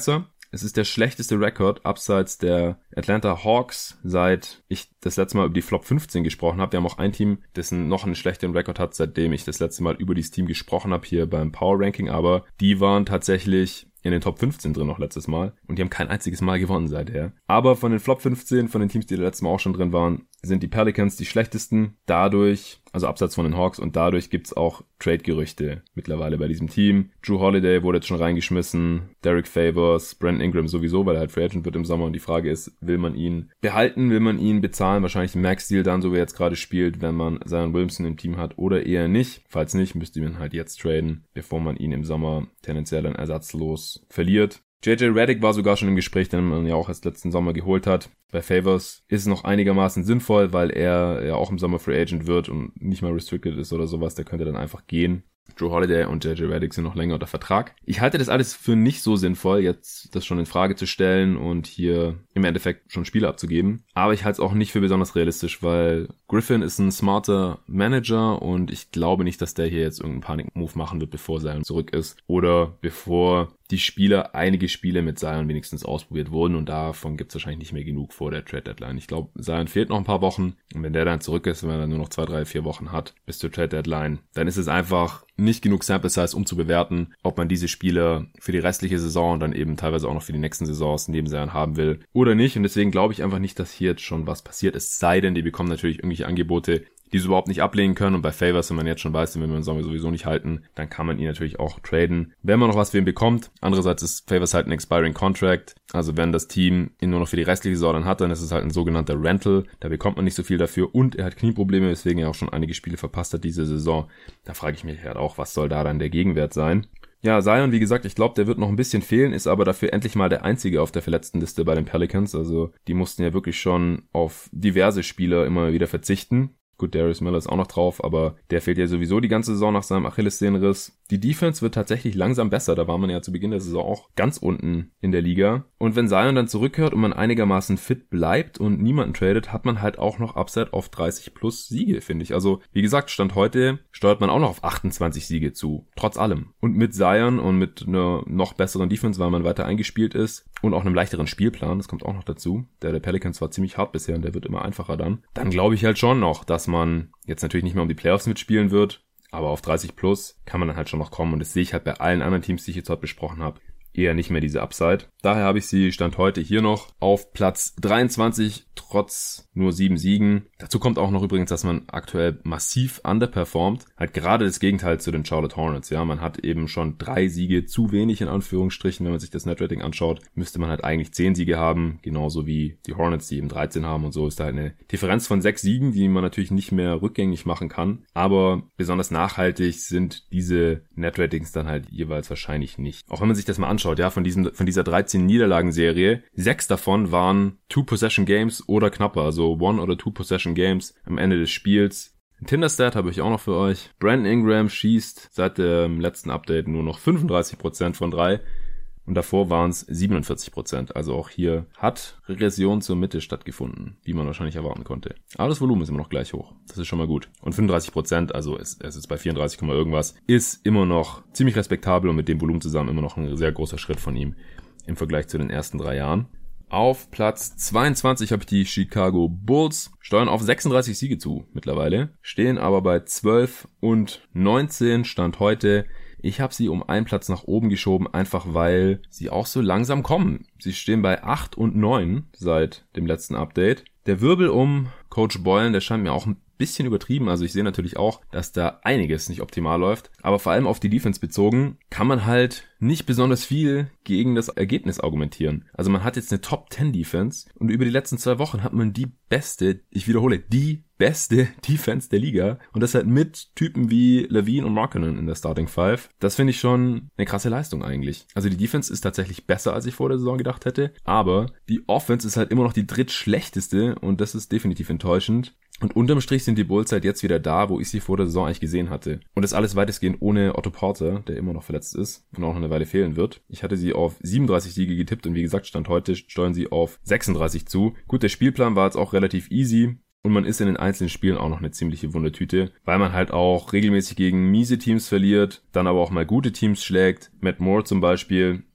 [SPEAKER 1] Es ist der schlechteste Rekord abseits der Atlanta Hawks, seit ich das letzte Mal über die Flop fünfzehn gesprochen habe. Wir haben auch ein Team, dessen noch einen schlechteren Rekord hat, seitdem ich das letzte Mal über dieses Team gesprochen habe hier beim Power Ranking, aber die waren tatsächlich in den Top fünfzehn drin noch letztes Mal und die haben kein einziges Mal gewonnen seither. Aber von den Flop fünfzehn, von den Teams, die letztes Mal auch schon drin waren, sind die Pelicans die schlechtesten. Dadurch, also abseits von den Hawks, und dadurch gibt's auch Trade-Gerüchte mittlerweile bei diesem Team. Drew Holiday wurde jetzt schon reingeschmissen, Derek Favors, Brandon Ingram sowieso, weil er halt Free Agent wird im Sommer, und die Frage ist, will man ihn behalten, will man ihn bezahlen, wahrscheinlich einen Max-Deal dann, so wie er jetzt gerade spielt, wenn man Zion Williamson im Team hat, oder eher nicht. Falls nicht, müsste man halt jetzt traden, bevor man ihn im Sommer tendenziell dann ersatzlos verliert. J J Redick war sogar schon im Gespräch, den man ja auch erst letzten Sommer geholt hat. Bei Favors ist es noch einigermaßen sinnvoll, weil er ja auch im Sommer Free Agent wird und nicht mal restricted ist oder sowas. Der könnte dann einfach gehen. Drew Holiday und J J Redick sind noch länger unter Vertrag. Ich halte das alles für nicht so sinnvoll, jetzt das schon in Frage zu stellen und hier im Endeffekt schon Spiele abzugeben. Aber ich halte es auch nicht für besonders realistisch, weil Griffin ist ein smarter Manager und ich glaube nicht, dass der hier jetzt irgendeinen Panik-Move machen wird, bevor Zion zurück ist oder bevor die Spieler, einige Spiele mit Zion wenigstens ausprobiert wurden, und davon gibt es wahrscheinlich nicht mehr genug vor der Trade-Deadline. Ich glaube, Zion fehlt noch ein paar Wochen, und wenn der dann zurück ist, wenn er dann nur noch zwei, drei, vier Wochen hat bis zur Trade-Deadline, dann ist es einfach nicht genug Sample Size, um zu bewerten, ob man diese Spieler für die restliche Saison und dann eben teilweise auch noch für die nächsten Saisons neben Zion haben will oder nicht, und deswegen glaube ich einfach nicht, dass hier jetzt schon was passiert, es sei denn, die bekommen natürlich irgendwelche Angebote, die sie überhaupt nicht ablehnen können, und bei Favors, wenn man jetzt schon weiß, den will man sowieso nicht halten, dann kann man ihn natürlich auch traden, wenn man noch was für ihn bekommt. Andererseits ist Favors halt ein expiring Contract, also wenn das Team ihn nur noch für die restliche Saison dann hat, dann ist es halt ein sogenannter Rental, da bekommt man nicht so viel dafür, und er hat Knieprobleme, weswegen er auch schon einige Spiele verpasst hat diese Saison. Da frage ich mich halt auch, was soll da dann der Gegenwert sein? Ja, Zion, wie gesagt, ich glaube, der wird noch ein bisschen fehlen, ist aber dafür endlich mal der Einzige auf der Verletztenliste bei den Pelicans, also die mussten ja wirklich schon auf diverse Spieler immer wieder verzichten. Gut, Darius Miller ist auch noch drauf, aber der fehlt ja sowieso die ganze Saison nach seinem Achillessehnenriss. Die Defense wird tatsächlich langsam besser, da war man ja zu Beginn der Saison auch ganz unten in der Liga. Und wenn Zion dann zurückkehrt und man einigermaßen fit bleibt und niemanden tradet, hat man halt auch noch Upside auf dreißig plus Siege, finde ich. Also, wie gesagt, Stand heute steuert man auch noch auf achtundzwanzig Siege zu, trotz allem. Und mit Zion und mit einer noch besseren Defense, weil man weiter eingespielt ist, und auch einem leichteren Spielplan, das kommt auch noch dazu. Der der Pelicans war ziemlich hart bisher und der wird immer einfacher dann. Dann glaube ich halt schon noch, dass man jetzt natürlich nicht mehr um die Playoffs mitspielen wird, aber auf dreißig plus kann man dann halt schon noch kommen, und das sehe ich halt bei allen anderen Teams, die ich jetzt heute besprochen habe, eher nicht mehr diese Upside. Daher habe ich sie Stand heute hier noch auf Platz dreiundzwanzig, trotz nur sieben Siegen. Dazu kommt auch noch übrigens, dass man aktuell massiv underperformt. Halt gerade das Gegenteil zu den Charlotte Hornets. Ja, man hat eben schon drei Siege zu wenig in Anführungsstrichen. Wenn man sich das Netrating anschaut, müsste man halt eigentlich zehn Siege haben. Genauso wie die Hornets, die eben dreizehn haben, und so ist da halt eine Differenz von sechs Siegen, die man natürlich nicht mehr rückgängig machen kann. Aber besonders nachhaltig sind diese Netratings dann halt jeweils wahrscheinlich nicht. Auch wenn man sich das mal anschaut, ja, von diesem, von dieser dreizehn Niederlagen-Serie, sechs davon waren Two-Possession-Games oder knapper, also One- oder Two-Possession-Games am Ende des Spiels. Ein Tinder-Stat habe ich auch noch für euch. Brandon Ingram schießt seit dem letzten Update nur noch fünfunddreißig Prozent von drei. Und davor waren es siebenundvierzig Prozent. Also auch hier hat Regression zur Mitte stattgefunden, wie man wahrscheinlich erwarten konnte. Aber das Volumen ist immer noch gleich hoch. Das ist schon mal gut. Und fünfunddreißig Prozent, also es, es ist bei vierunddreißig, irgendwas, ist immer noch ziemlich respektabel und mit dem Volumen zusammen immer noch ein sehr großer Schritt von ihm im Vergleich zu den ersten drei Jahren. Auf Platz zweiundzwanzig habe ich die Chicago Bulls, steuern auf sechsunddreißig Siege zu mittlerweile, stehen aber bei zwölf und neunzehn Stand heute. Ich habe sie um einen Platz nach oben geschoben, einfach weil sie auch so langsam kommen. Sie stehen bei acht und neun seit dem letzten Update. Der Wirbel um Coach Boylen, der scheint mir auch ein bisschen übertrieben. Also ich sehe natürlich auch, dass da einiges nicht optimal läuft. Aber vor allem auf die Defense bezogen kann man halt nicht besonders viel gegen das Ergebnis argumentieren. Also man hat jetzt eine Top zehn Defense und über die letzten zwei Wochen hat man die beste, ich wiederhole, die beste Defense der Liga. Und das halt mit Typen wie Levine und Markkanen in der Starting Five. Das finde ich schon eine krasse Leistung eigentlich. Also die Defense ist tatsächlich besser, als ich vor der Saison gedacht hätte. Aber die Offense ist halt immer noch die drittschlechteste und das ist definitiv enttäuschend. Und unterm Strich sind die Bulls halt jetzt wieder da, wo ich sie vor der Saison eigentlich gesehen hatte. Und das alles weitestgehend ohne Otto Porter, der immer noch verletzt ist und auch noch eine Weile fehlen wird. Ich hatte sie auf siebenunddreißig Siege getippt und wie gesagt, Stand heute steuern sie auf sechsunddreißig zu. Gut, der Spielplan war jetzt auch relativ easy. Und man ist in den einzelnen Spielen auch noch eine ziemliche Wundertüte, weil man halt auch regelmäßig gegen miese Teams verliert, dann aber auch mal gute Teams schlägt. Matt Moore zum Beispiel,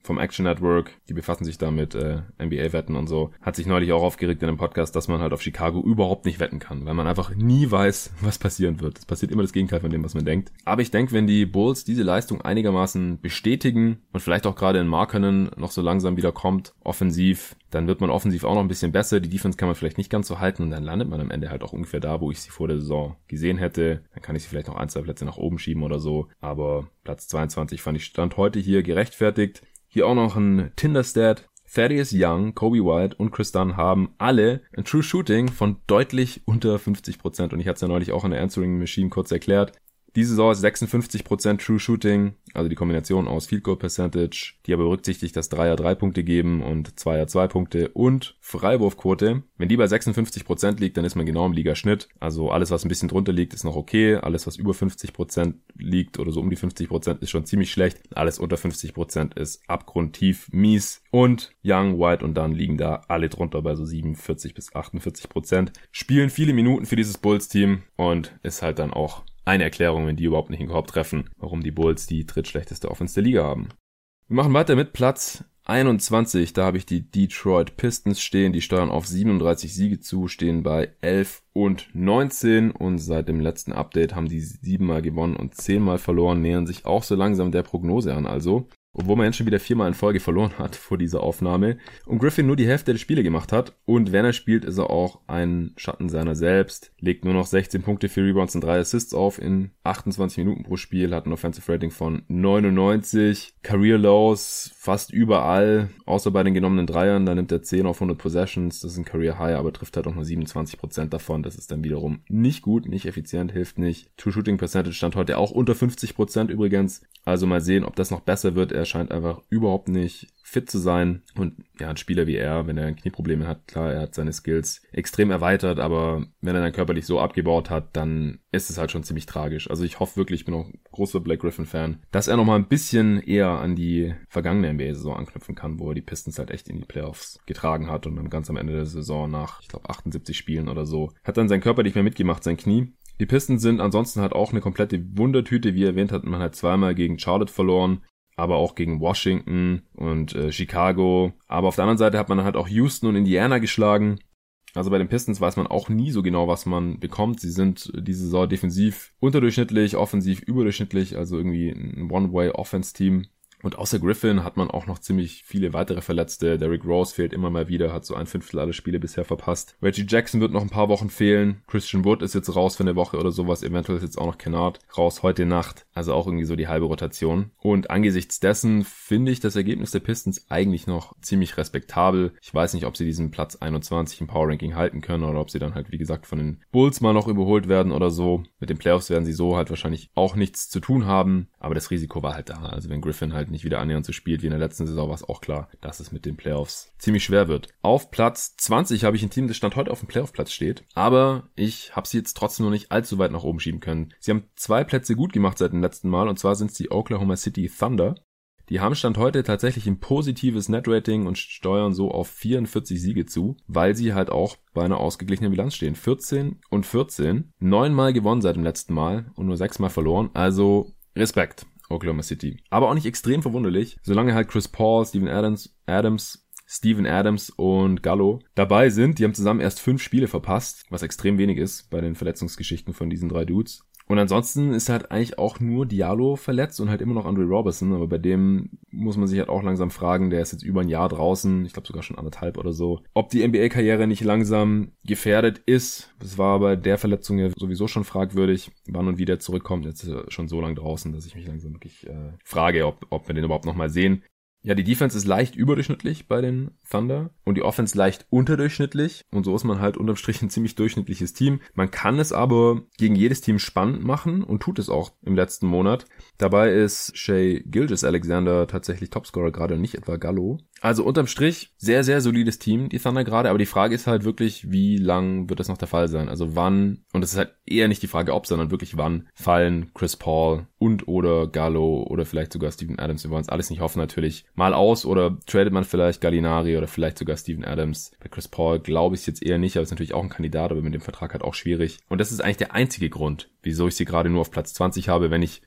[SPEAKER 1] vom Action Network, die befassen sich da mit äh, N B A-Wetten und so, hat sich neulich auch aufgeregt in einem Podcast, dass man halt auf Chicago überhaupt nicht wetten kann, weil man einfach nie weiß, was passieren wird. Es passiert immer das Gegenteil von dem, was man denkt. Aber ich denke, wenn die Bulls diese Leistung einigermaßen bestätigen und vielleicht auch gerade in Markkanen noch so langsam wieder kommt, offensiv, dann wird man offensiv auch noch ein bisschen besser. Die Defense kann man vielleicht nicht ganz so halten und dann landet man am Ende halt auch ungefähr da, wo ich sie vor der Saison gesehen hätte. Dann kann ich sie vielleicht noch ein, zwei Plätze nach oben schieben oder so. Aber Platz zweiundzwanzig fand ich Stand heute hier gerechtfertigt. Hier auch noch ein Tinder-Stat. Thaddeus Young, Kobe White und Chris Dunn haben alle ein True Shooting von deutlich unter fünfzig Prozent. Und ich hatte es ja neulich auch in der Answering Machine kurz erklärt. Diese Saison ist sechsundfünfzig Prozent True Shooting, also die Kombination aus Field Goal Percentage, die aber berücksichtigt, dass Dreier drei Punkte geben und Zweier zwei Punkte und Freiwurfquote. Wenn die bei sechsundfünfzig Prozent liegt, dann ist man genau im Ligaschnitt. Also alles, was ein bisschen drunter liegt, ist noch okay. Alles, was über fünfzig Prozent liegt oder so um die fünfzig Prozent, ist schon ziemlich schlecht. Alles unter fünfzig Prozent ist abgrundtief mies. Und Young, White und Dunn liegen da alle drunter bei so siebenundvierzig bis achtundvierzig Prozent. Spielen viele Minuten für dieses Bulls-Team und ist halt dann auch eine Erklärung, wenn die überhaupt nicht in den Korb treffen, warum die Bulls die drittschlechteste Offense der Liga haben. Wir machen weiter mit Platz einundzwanzig. Da habe ich die Detroit Pistons stehen. Die steuern auf siebenunddreißig Siege zu, stehen bei elf und neunzehn. Und seit dem letzten Update haben die siebenmal gewonnen und zehnmal verloren, nähern sich auch so langsam der Prognose an also. Obwohl man jetzt schon wieder viermal in Folge verloren hat vor dieser Aufnahme und Griffin nur die Hälfte der Spiele gemacht hat. Und wenn er spielt, ist er auch ein Schatten seiner selbst. Legt nur noch sechzehn Punkte, vier Rebounds und drei Assists auf in achtundzwanzig Minuten pro Spiel. Hat ein Offensive Rating von neunundneunzig. Career Lows fast überall, außer bei den genommenen Dreiern. Da nimmt er zehn auf hundert Possessions. Das ist ein Career High, aber trifft halt auch nur siebenundzwanzig Prozent davon. Das ist dann wiederum nicht gut, nicht effizient, hilft nicht. True Shooting Percentage stand heute auch unter fünfzig Prozent übrigens. Also mal sehen, ob das noch besser wird. Er scheint einfach überhaupt nicht fit zu sein. Und ja, ein Spieler wie er, wenn er Knieprobleme hat, klar, er hat seine Skills extrem erweitert, aber wenn er dann körperlich so abgebaut hat, dann ist es halt schon ziemlich tragisch. Also ich hoffe wirklich, ich bin auch großer Blake Griffin-Fan, dass er nochmal ein bisschen eher an die vergangene N B A-Saison anknüpfen kann, wo er die Pistons halt echt in die Playoffs getragen hat und dann ganz am Ende der Saison nach, ich glaube, achtundsiebzig Spielen oder so, hat dann sein Körper nicht mehr mitgemacht, sein Knie. Die Pistons sind ansonsten halt auch eine komplette Wundertüte. Wie erwähnt, hat man halt zweimal gegen Charlotte verloren, aber auch gegen Washington und äh, Chicago. Aber auf der anderen Seite hat man halt auch Houston und Indiana geschlagen. Also bei den Pistons weiß man auch nie so genau, was man bekommt. Sie sind diese Saison defensiv unterdurchschnittlich, offensiv überdurchschnittlich, also irgendwie ein One-Way-Offense-Team. Und außer Griffin hat man auch noch ziemlich viele weitere Verletzte. Derrick Rose fehlt immer mal wieder, hat so ein Fünftel aller Spiele bisher verpasst. Reggie Jackson wird noch ein paar Wochen fehlen. Christian Wood ist jetzt raus für eine Woche oder sowas. Eventuell ist jetzt auch noch Kennard raus heute Nacht. Also auch irgendwie so die halbe Rotation. Und angesichts dessen finde ich das Ergebnis der Pistons eigentlich noch ziemlich respektabel. Ich weiß nicht, ob sie diesen Platz einundzwanzig im Power Ranking halten können oder ob sie dann halt, wie gesagt, von den Bulls mal noch überholt werden oder so. Mit den Playoffs werden sie so halt wahrscheinlich auch nichts zu tun haben. Aber das Risiko war halt da. Also wenn Griffin halt nicht wieder annähernd so spielt wie in der letzten Saison, war es auch klar, dass es mit den Playoffs ziemlich schwer wird. Auf Platz zwanzig habe ich ein Team, das Stand heute auf dem Playoff-Platz steht, aber ich habe sie jetzt trotzdem noch nicht allzu weit nach oben schieben können. Sie haben zwei Plätze gut gemacht seit dem letzten Mal und zwar sind es die Oklahoma City Thunder. Die haben Stand heute tatsächlich ein positives Net-Rating und steuern so auf vierundvierzig Siege zu, weil sie halt auch bei einer ausgeglichenen Bilanz stehen. vierzehn und vierzehn, neunmal gewonnen seit dem letzten Mal und nur sechsmal verloren, also Respekt. Oklahoma City. Aber auch nicht extrem verwunderlich, solange halt Chris Paul, Steven Adams, Adams, Steven Adams und Gallo dabei sind. Die haben zusammen erst fünf Spiele verpasst, was extrem wenig ist bei den Verletzungsgeschichten von diesen drei Dudes. Und ansonsten ist halt eigentlich auch nur Diallo verletzt und halt immer noch Andre Robertson, aber bei dem muss man sich halt auch langsam fragen, der ist jetzt über ein Jahr draußen, ich glaube sogar schon anderthalb oder so, ob die N B A-Karriere nicht langsam gefährdet ist. Das war bei der Verletzung ja sowieso schon fragwürdig, wann und wie der zurückkommt. Jetzt ist er schon so lang draußen, dass ich mich langsam wirklich äh, frage, ob, ob wir den überhaupt nochmal sehen. Ja, die Defense ist leicht überdurchschnittlich bei den Thunder und die Offense leicht unterdurchschnittlich und so ist man halt unterm Strich ein ziemlich durchschnittliches Team. Man kann es aber gegen jedes Team spannend machen und tut es auch im letzten Monat. Dabei ist Shai Gilgeous-Alexander tatsächlich Topscorer gerade und nicht etwa Gallo. Also unterm Strich sehr, sehr solides Team, die Thunder gerade, aber die Frage ist halt wirklich, wie lang wird das noch der Fall sein? Also wann, und es ist halt eher nicht die Frage ob, sondern wirklich wann fallen Chris Paul und oder Gallo oder vielleicht sogar Steven Adams, wir wollen es alles nicht hoffen natürlich, mal aus oder tradet man vielleicht Gallinari oder vielleicht sogar Steven Adams. Bei Chris Paul glaube ich es jetzt eher nicht, aber ist natürlich auch ein Kandidat, aber mit dem Vertrag halt auch schwierig. Und das ist eigentlich der einzige Grund, wieso ich sie gerade nur auf Platz zwanzig habe. Wenn ich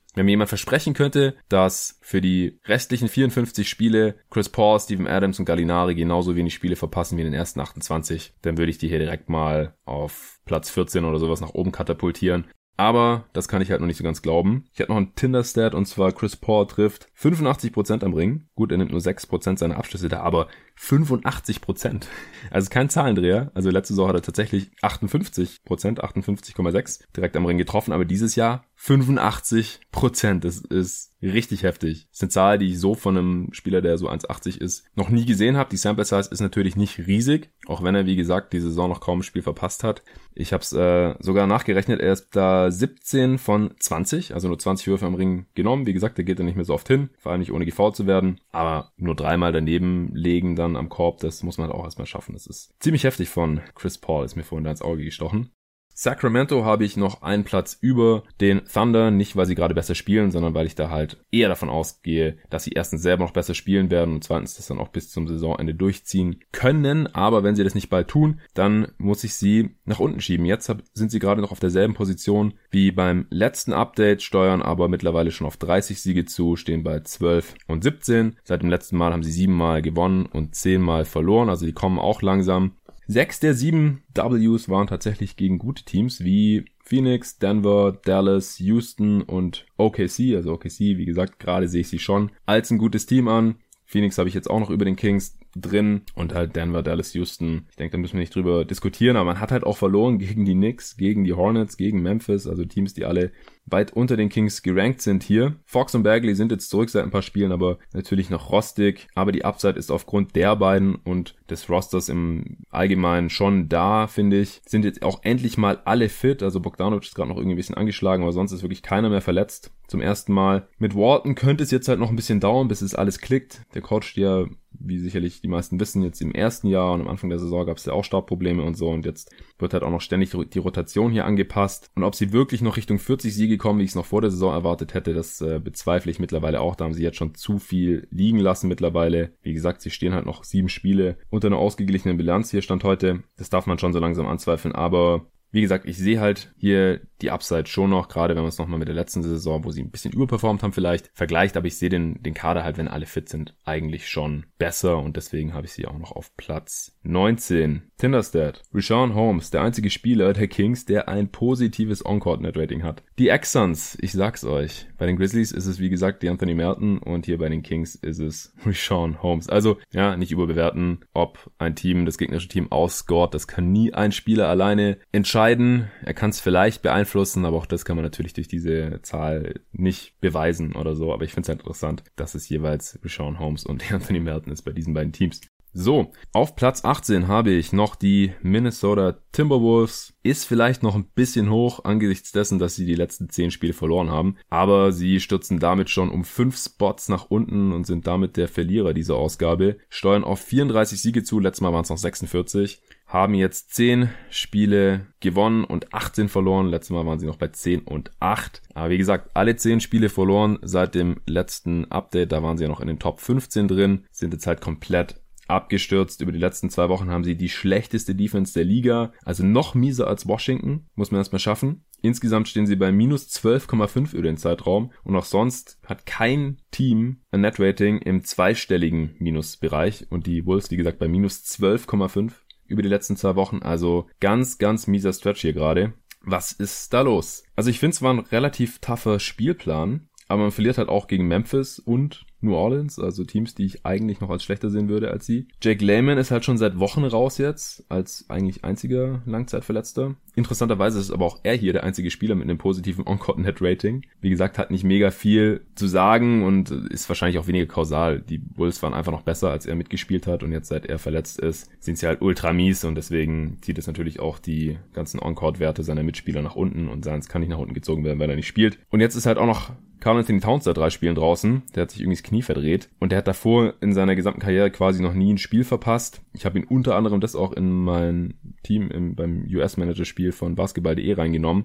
[SPEAKER 1] Wenn mir jemand versprechen könnte, dass für die restlichen vierundfünfzig Spiele Chris Paul, Steven Adams und Gallinari genauso wenig Spiele verpassen wie in den ersten achtundzwanzig, dann würde ich die hier direkt mal auf Platz vierzehn oder sowas nach oben katapultieren. Aber das kann ich halt noch nicht so ganz glauben. Ich hatte noch einen Tinder-Stat, und zwar Chris Paul trifft fünfundachtzig Prozent am Ring. Gut, er nimmt nur sechs Prozent seiner Abschlüsse da, aber fünfundachtzig Prozent. Also kein Zahlendreher. Also letzte Saison hat er tatsächlich achtundfünfzig Prozent, achtundfünfzig Komma sechs direkt am Ring getroffen, aber dieses Jahr fünfundachtzig Prozent. Das ist richtig heftig. Das ist eine Zahl, die ich so von einem Spieler, der so eins Komma achtzig ist, noch nie gesehen habe. Die Sample Size ist natürlich nicht riesig, auch wenn er, wie gesagt, die Saison noch kaum ein Spiel verpasst hat. Ich habe es äh, sogar nachgerechnet. Er ist da siebzehn von zwanzig, also nur zwanzig Würfe am Ring genommen. Wie gesagt, der geht da nicht mehr so oft hin, vor allem nicht ohne gefoult zu werden. Aber nur dreimal daneben legen dann am Korb, das muss man halt auch erstmal schaffen. Das ist ziemlich heftig von Chris Paul, ist mir vorhin da ins Auge gestochen. Sacramento habe ich noch einen Platz über den Thunder, nicht weil sie gerade besser spielen, sondern weil ich da halt eher davon ausgehe, dass sie erstens selber noch besser spielen werden und zweitens das dann auch bis zum Saisonende durchziehen können. Aber wenn sie das nicht bald tun, dann muss ich sie nach unten schieben. Jetzt sind sie gerade noch auf derselben Position wie beim letzten Update, steuern aber mittlerweile schon auf dreißig Siege zu, stehen bei zwölf und siebzehn. Seit dem letzten Mal haben sie siebenmal gewonnen und zehnmal verloren, also die kommen auch langsam. Sechs der sieben Ws waren tatsächlich gegen gute Teams wie Phoenix, Denver, Dallas, Houston und O K C. Also O K C, wie gesagt, gerade sehe ich sie schon als ein gutes Team an. Phoenix habe ich jetzt auch noch über den Kings drin und halt Denver, Dallas, Houston. Ich denke, da müssen wir nicht drüber diskutieren, aber man hat halt auch verloren gegen die Knicks, gegen die Hornets, gegen Memphis, also Teams, die alle weit unter den Kings gerankt sind hier. Fox und Bagley sind jetzt zurück seit ein paar Spielen, aber natürlich noch rostig. Aber die Upside ist aufgrund der beiden und des Rosters im Allgemeinen schon da, finde ich. Sind jetzt auch endlich mal alle fit. Also Bogdanovic ist gerade noch irgendwie ein bisschen angeschlagen, aber sonst ist wirklich keiner mehr verletzt. Zum ersten Mal. Mit Walton könnte es jetzt halt noch ein bisschen dauern, bis es alles klickt. Der Coach, der, wie sicherlich die meisten wissen, jetzt im ersten Jahr und am Anfang der Saison gab es ja auch Startprobleme und so und jetzt wird halt auch noch ständig die Rotation hier angepasst. Und ob sie wirklich noch Richtung vierzig Siege kommen, wie ich es noch vor der Saison erwartet hätte, das äh, bezweifle ich mittlerweile auch. Da haben sie jetzt schon zu viel liegen lassen mittlerweile. Wie gesagt, sie stehen halt noch sieben Spiele unter einer ausgeglichenen Bilanz hier Stand heute. Das darf man schon so langsam anzweifeln, aber wie gesagt, ich sehe halt hier die Upside schon noch, gerade wenn man es nochmal mit der letzten Saison, wo sie ein bisschen überperformt haben vielleicht, vergleicht, aber ich sehe den, den Kader halt, wenn alle fit sind, eigentlich schon besser und deswegen habe ich sie auch noch auf Platz neunzehn. Tinderstat. Richaun Holmes, der einzige Spieler der Kings, der ein positives On-Court-Net-Rating hat. Die Ex-Suns, ich sag's euch, bei den Grizzlies ist es wie gesagt die Anthony Melton und hier bei den Kings ist es Richaun Holmes. Also, ja, nicht überbewerten, ob ein Team, das gegnerische Team ausscoret, das kann nie ein Spieler alleine entscheiden. Er kann es vielleicht beeinflussen, aber auch das kann man natürlich durch diese Zahl nicht beweisen oder so. Aber ich finde es halt interessant, dass es jeweils Richaun Holmes und Anthony Melton ist bei diesen beiden Teams. So, auf Platz achtzehn habe ich noch die Minnesota Timberwolves. Ist vielleicht noch ein bisschen hoch angesichts dessen, dass sie die letzten zehn Spiele verloren haben. Aber sie stürzen damit schon um fünf Spots nach unten und sind damit der Verlierer dieser Ausgabe. Steuern auf vierunddreißig Siege zu, letztes Mal waren es noch sechsundvierzig. Haben jetzt zehn Spiele gewonnen und achtzehn verloren. Letztes Mal waren sie noch bei zehn und acht. Aber wie gesagt, alle zehn Spiele verloren seit dem letzten Update. Da waren sie ja noch in den Top fünfzehn drin. Sind jetzt halt komplett abgestürzt. Über die letzten zwei Wochen haben sie die schlechteste Defense der Liga. Also noch mieser als Washington. Muss man erstmal schaffen. Insgesamt stehen sie bei minus zwölf Komma fünf über den Zeitraum. Und auch sonst hat kein Team ein Net-Rating im zweistelligen Minusbereich. Und die Wolves, wie gesagt, bei minus zwölf Komma fünf über die letzten zwei Wochen. Also ganz, ganz mieser Stretch hier gerade. Was ist da los? Also ich finde, es war ein relativ tougher Spielplan. Aber man verliert halt auch gegen Memphis und New Orleans, also Teams, die ich eigentlich noch als schlechter sehen würde als sie. Jake Layman ist halt schon seit Wochen raus jetzt, als eigentlich einziger Langzeitverletzter. Interessanterweise ist aber auch er hier der einzige Spieler mit einem positiven On-Court-Net-Rating. Wie gesagt, hat nicht mega viel zu sagen und ist wahrscheinlich auch weniger kausal. Die Bulls waren einfach noch besser, als er mitgespielt hat und jetzt, seit er verletzt ist, sind sie halt ultra mies und deswegen zieht es natürlich auch die ganzen On-Court-Werte seiner Mitspieler nach unten und seins kann nicht nach unten gezogen werden, weil er nicht spielt. Und jetzt ist halt auch noch Karl-Anthony Towns seit drei Spielen draußen. Der hat sich irgendwie das Knie verdreht. Und der hat davor in seiner gesamten Karriere quasi noch nie ein Spiel verpasst. Ich habe ihn unter anderem das auch in mein Team im, beim U S-Manager-Spiel von Basketball punkt de reingenommen.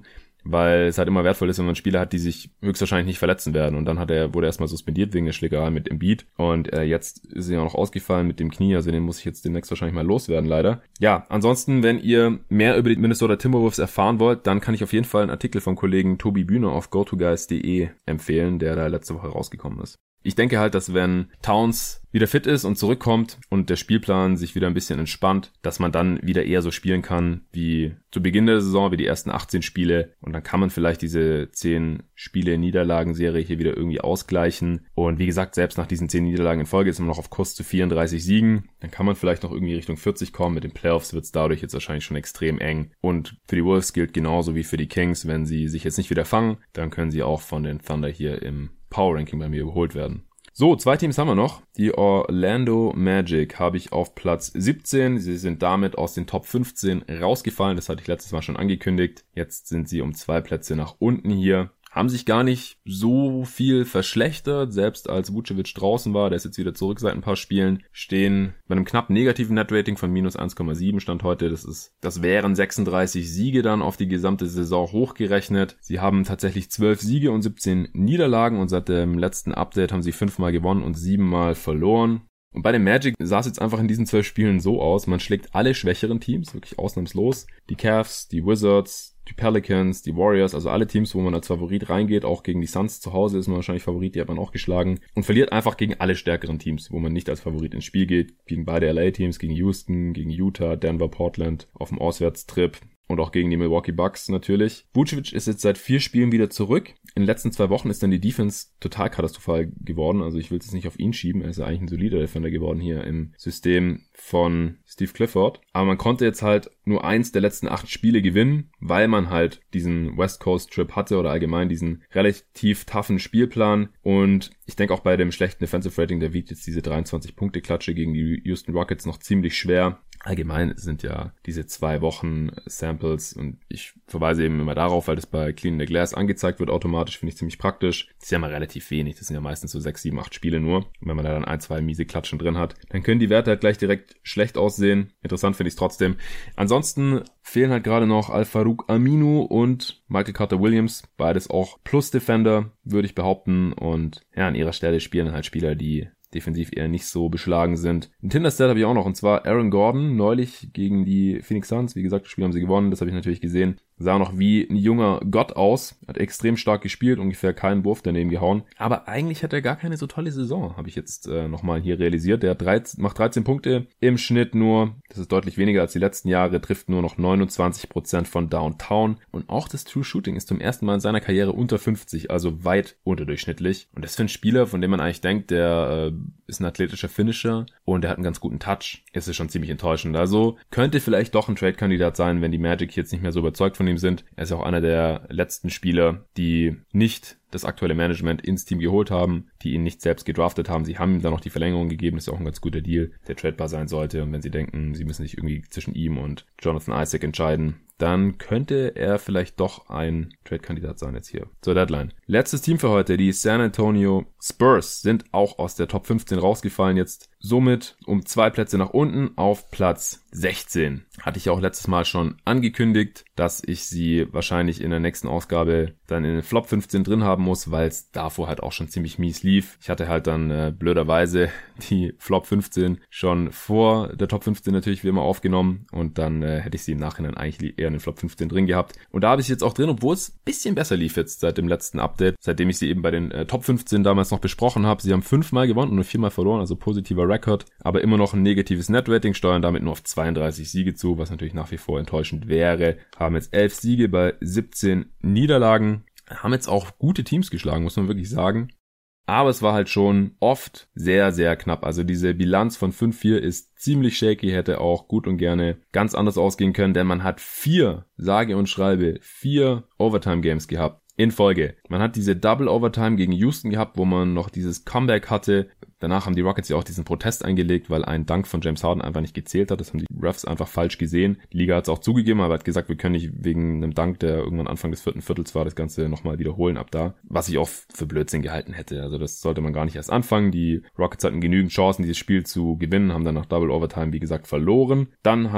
[SPEAKER 1] weil es halt immer wertvoll ist, wenn man Spieler hat, die sich höchstwahrscheinlich nicht verletzen werden. Und dann hat er, wurde er erstmal suspendiert wegen der Schlägerei mit Embiid. Und äh, jetzt ist er ja noch ausgefallen mit dem Knie, also den muss ich jetzt demnächst wahrscheinlich mal loswerden, leider. Ja, ansonsten, wenn ihr mehr über die Minnesota Timberwolves erfahren wollt, dann kann ich auf jeden Fall einen Artikel vom Kollegen Tobi Bühner auf go to guys punkt de empfehlen, der da letzte Woche rausgekommen ist. Ich denke halt, dass wenn Towns wieder fit ist und zurückkommt und der Spielplan sich wieder ein bisschen entspannt, dass man dann wieder eher so spielen kann wie zu Beginn der Saison, wie die ersten achtzehn Spiele. Und dann kann man vielleicht diese zehn Spiele Niederlagenserie hier wieder irgendwie ausgleichen. Und wie gesagt, selbst nach diesen zehn Niederlagen in Folge ist man noch auf Kurs zu vierunddreißig Siegen. Dann kann man vielleicht noch irgendwie Richtung vierzig kommen. Mit den Playoffs wird es dadurch jetzt wahrscheinlich schon extrem eng. Und für die Wolves gilt genauso wie für die Kings. Wenn sie sich jetzt nicht wieder fangen, dann können sie auch von den Thunder hier im Power Ranking bei mir überholt werden. So, zwei Teams haben wir noch. Die Orlando Magic habe ich auf Platz siebzehn. Sie sind damit aus den Top fünfzehn rausgefallen. Das hatte ich letztes Mal schon angekündigt. Jetzt sind sie um zwei Plätze nach unten hier. Haben sich gar nicht so viel verschlechtert, selbst als Vucevic draußen war, der ist jetzt wieder zurück seit ein paar Spielen, stehen bei einem knapp negativen Netrating von minus eins Komma sieben Stand heute, das ist, das wären sechsunddreißig Siege dann auf die gesamte Saison hochgerechnet. Sie haben tatsächlich zwölf Siege und siebzehn Niederlagen und seit dem letzten Update haben sie fünfmal gewonnen und siebenmal verloren. Und bei den Magic sah es jetzt einfach in diesen zwölf Spielen so aus, man schlägt alle schwächeren Teams, wirklich ausnahmslos, die Cavs, die Wizards, die Pelicans, die Warriors, also alle Teams, wo man als Favorit reingeht, auch gegen die Suns zu Hause ist man wahrscheinlich Favorit, die hat man auch geschlagen und verliert einfach gegen alle stärkeren Teams, wo man nicht als Favorit ins Spiel geht, gegen beide L A-Teams, gegen Houston, gegen Utah, Denver, Portland auf dem Auswärtstrip. Und auch gegen die Milwaukee Bucks natürlich. Vucevic ist jetzt seit vier Spielen wieder zurück. In den letzten zwei Wochen ist dann die Defense total katastrophal geworden. Also ich will es jetzt nicht auf ihn schieben. Er ist ja eigentlich ein solider Defender geworden hier im System von Steve Clifford. Aber man konnte jetzt halt nur eins der letzten acht Spiele gewinnen, weil man halt diesen West Coast Trip hatte oder allgemein diesen relativ toughen Spielplan. Und ich denke auch bei dem schlechten Defensive Rating, da wiegt jetzt diese dreiundzwanzig Punkte Klatsche gegen die Houston Rockets noch ziemlich schwer. Allgemein sind ja diese zwei Wochen Samples und ich verweise eben immer darauf, weil das bei Clean the Glass angezeigt wird automatisch, finde ich ziemlich praktisch. Das ist ja mal relativ wenig, das sind ja meistens so sechs, sieben, acht Spiele nur. Und wenn man da dann ein, zwei miese Klatschen drin hat, dann können die Werte halt gleich direkt schlecht aussehen. Interessant finde ich es trotzdem. Ansonsten fehlen halt gerade noch Al-Farouq Aminu und Michael Carter-Williams, beides auch Plus-Defender, würde ich behaupten. Und ja, an ihrer Stelle spielen halt Spieler, die defensiv eher nicht so beschlagen sind. Ein Tinder-Stat habe ich auch noch, und zwar Aaron Gordon, neulich gegen die Phoenix Suns. Wie gesagt, das Spiel haben sie gewonnen, das habe ich natürlich gesehen. Sah noch wie ein junger Gott aus, hat extrem stark gespielt, ungefähr keinen Wurf daneben gehauen. Aber eigentlich hat er gar keine so tolle Saison, habe ich jetzt äh, nochmal hier realisiert. Der hat dreizehn, macht dreizehn Punkte im Schnitt nur, das ist deutlich weniger als die letzten Jahre, trifft nur noch neunundzwanzig Prozent von Downtown. Und auch das True Shooting ist zum ersten Mal in seiner Karriere unter fünfzig, also weit unterdurchschnittlich. Und das für einen Spieler, von dem man eigentlich denkt, der äh, ist ein athletischer Finisher und der hat einen ganz guten Touch, ist es schon ziemlich enttäuschend. Also könnte vielleicht doch ein Trade-Kandidat sein, wenn die Magic jetzt nicht mehr so überzeugt von ihm sind. Er ist ja auch einer der letzten Spieler, die nicht das aktuelle Management ins Team geholt haben, die ihn nicht selbst gedraftet haben. Sie haben ihm dann noch die Verlängerung gegeben, das ist ja auch ein ganz guter Deal, der tradebar sein sollte. Und wenn sie denken, sie müssen sich irgendwie zwischen ihm und Jonathan Isaac entscheiden, dann könnte er vielleicht doch ein Trade-Kandidat sein jetzt hier zur Deadline. Letztes Team für heute, die San Antonio Spurs, sind auch aus der Top fünfzehn rausgefallen, jetzt somit um zwei Plätze nach unten auf Platz sechzehn. Hatte ich ja auch letztes Mal schon angekündigt, dass ich sie wahrscheinlich in der nächsten Ausgabe dann in den Flop fünfzehn drin haben muss, weil es davor halt auch schon ziemlich mies lief. Ich hatte halt dann äh, blöderweise die Flop fünfzehn schon vor der Top fünfzehn natürlich wie immer aufgenommen und dann äh, hätte ich sie im Nachhinein eigentlich eher in den Flop fünfzehn drin gehabt. Und da habe ich sie jetzt auch drin, obwohl es ein bisschen besser lief jetzt seit dem letzten Update, seitdem ich sie eben bei den äh, Top fünfzehn damals noch besprochen habe. Sie haben fünfmal gewonnen und nur viermal verloren, also positiver Rekord, aber immer noch ein negatives Netrating, steuern damit nur auf zweiunddreißig Siege zu, was natürlich nach wie vor enttäuschend wäre. Haben jetzt elf Siege bei siebzehn Niederlagen, haben jetzt auch gute Teams geschlagen, muss man wirklich sagen. Aber es war halt schon oft sehr, sehr knapp. Also diese Bilanz von fünf vier ist ziemlich shaky, hätte auch gut und gerne ganz anders ausgehen können, denn man hat vier, sage und schreibe, vier Overtime-Games gehabt in Folge. Man hat diese Double Overtime gegen Houston gehabt, wo man noch dieses Comeback hatte. Danach haben die Rockets ja auch diesen Protest eingelegt, weil ein Dunk von James Harden einfach nicht gezählt hat. Das haben die Refs einfach falsch gesehen. Die Liga hat es auch zugegeben, aber hat gesagt, wir können nicht wegen einem Dunk, der irgendwann Anfang des vierten Viertels war, das Ganze nochmal wiederholen ab da. Was ich auch für Blödsinn gehalten hätte. Also das sollte man gar nicht erst anfangen. Die Rockets hatten genügend Chancen, dieses Spiel zu gewinnen, haben dann nach Double Overtime, wie gesagt, verloren. Dann haben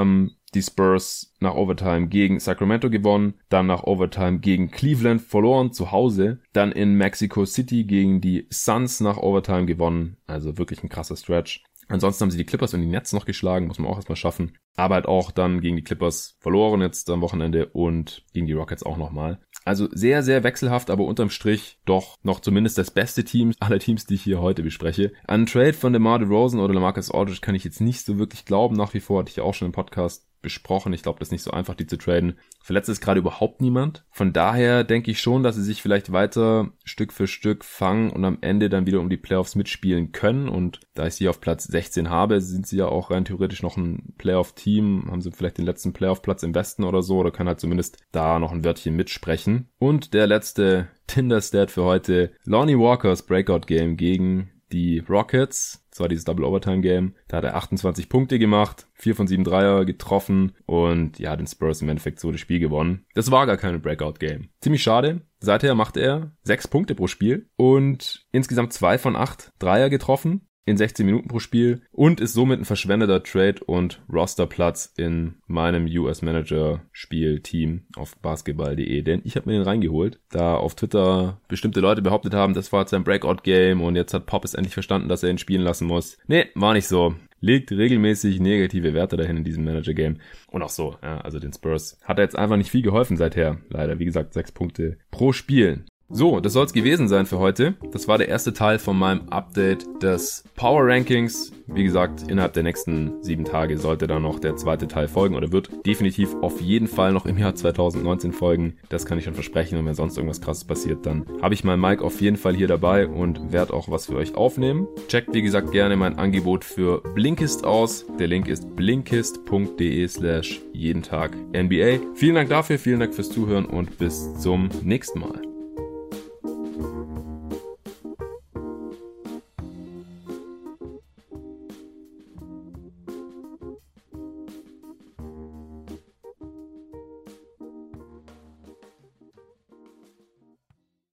[SPEAKER 1] die Spurs nach Overtime gegen Sacramento gewonnen, dann nach Overtime gegen Cleveland verloren zu Hause, dann in Mexico City gegen die Suns nach Overtime gewonnen, also wirklich ein krasser Stretch. Ansonsten haben sie die Clippers und die Nets noch geschlagen, muss man auch erstmal schaffen. Aber halt auch dann gegen die Clippers verloren jetzt am Wochenende und gegen die Rockets auch nochmal. Also sehr, sehr wechselhaft, aber unterm Strich doch noch zumindest das beste Team aller Teams, die ich hier heute bespreche. An einen Trade von DeMar DeRozan oder LaMarcus Aldridge kann ich jetzt nicht so wirklich glauben. Nach wie vor hatte ich ja auch schon im Podcast besprochen. Ich glaube, das ist nicht so einfach, die zu traden. Verletzt ist gerade überhaupt niemand. Von daher denke ich schon, dass sie sich vielleicht weiter Stück für Stück fangen und am Ende dann wieder um die Playoffs mitspielen können. Und da ich sie auf Platz sechzehn habe, sind sie ja auch rein theoretisch noch ein Playoff-Team. Haben sie vielleicht den letzten Playoff-Platz im Westen oder so, oder können halt zumindest da noch ein Wörtchen mitsprechen. Und der letzte Tinder-Stat für heute: Lonnie Walkers Breakout-Game gegen die Rockets. Das war dieses Double-Overtime-Game. Da hat er achtundzwanzig Punkte gemacht, vier von sieben Dreier getroffen und ja, den Spurs im Endeffekt so das Spiel gewonnen. Das war gar kein Breakout-Game. Ziemlich schade. Seither macht er sechs Punkte pro Spiel und insgesamt zwei von acht Dreier getroffen in sechzehn Minuten pro Spiel und ist somit ein verschwendeter Trade- und Rosterplatz in meinem U S-Manager-Spiel-Team auf basketball punkt de, denn ich habe mir den reingeholt, da auf Twitter bestimmte Leute behauptet haben, das war jetzt sein Breakout-Game und jetzt hat Pop es endlich verstanden, dass er ihn spielen lassen muss. Nee, war nicht so. Legt regelmäßig negative Werte dahin in diesem Manager-Game. Und auch so, ja, also den Spurs hat er jetzt einfach nicht viel geholfen seither. Leider, wie gesagt, sechs Punkte pro Spiel. So, das soll es gewesen sein für heute. Das war der erste Teil von meinem Update des Power Rankings. Wie gesagt, innerhalb der nächsten sieben Tage sollte dann noch der zweite Teil folgen oder wird definitiv auf jeden Fall noch im Jahr zwanzig neunzehn folgen. Das kann ich schon versprechen, und wenn sonst irgendwas Krasses passiert, dann habe ich meinen Mic auf jeden Fall hier dabei und werde auch was für euch aufnehmen. Checkt, wie gesagt, gerne mein Angebot für Blinkist aus. Der Link ist blinkist punkt de slash jeden Tag N B A. Vielen Dank dafür, vielen Dank fürs Zuhören und bis zum nächsten Mal.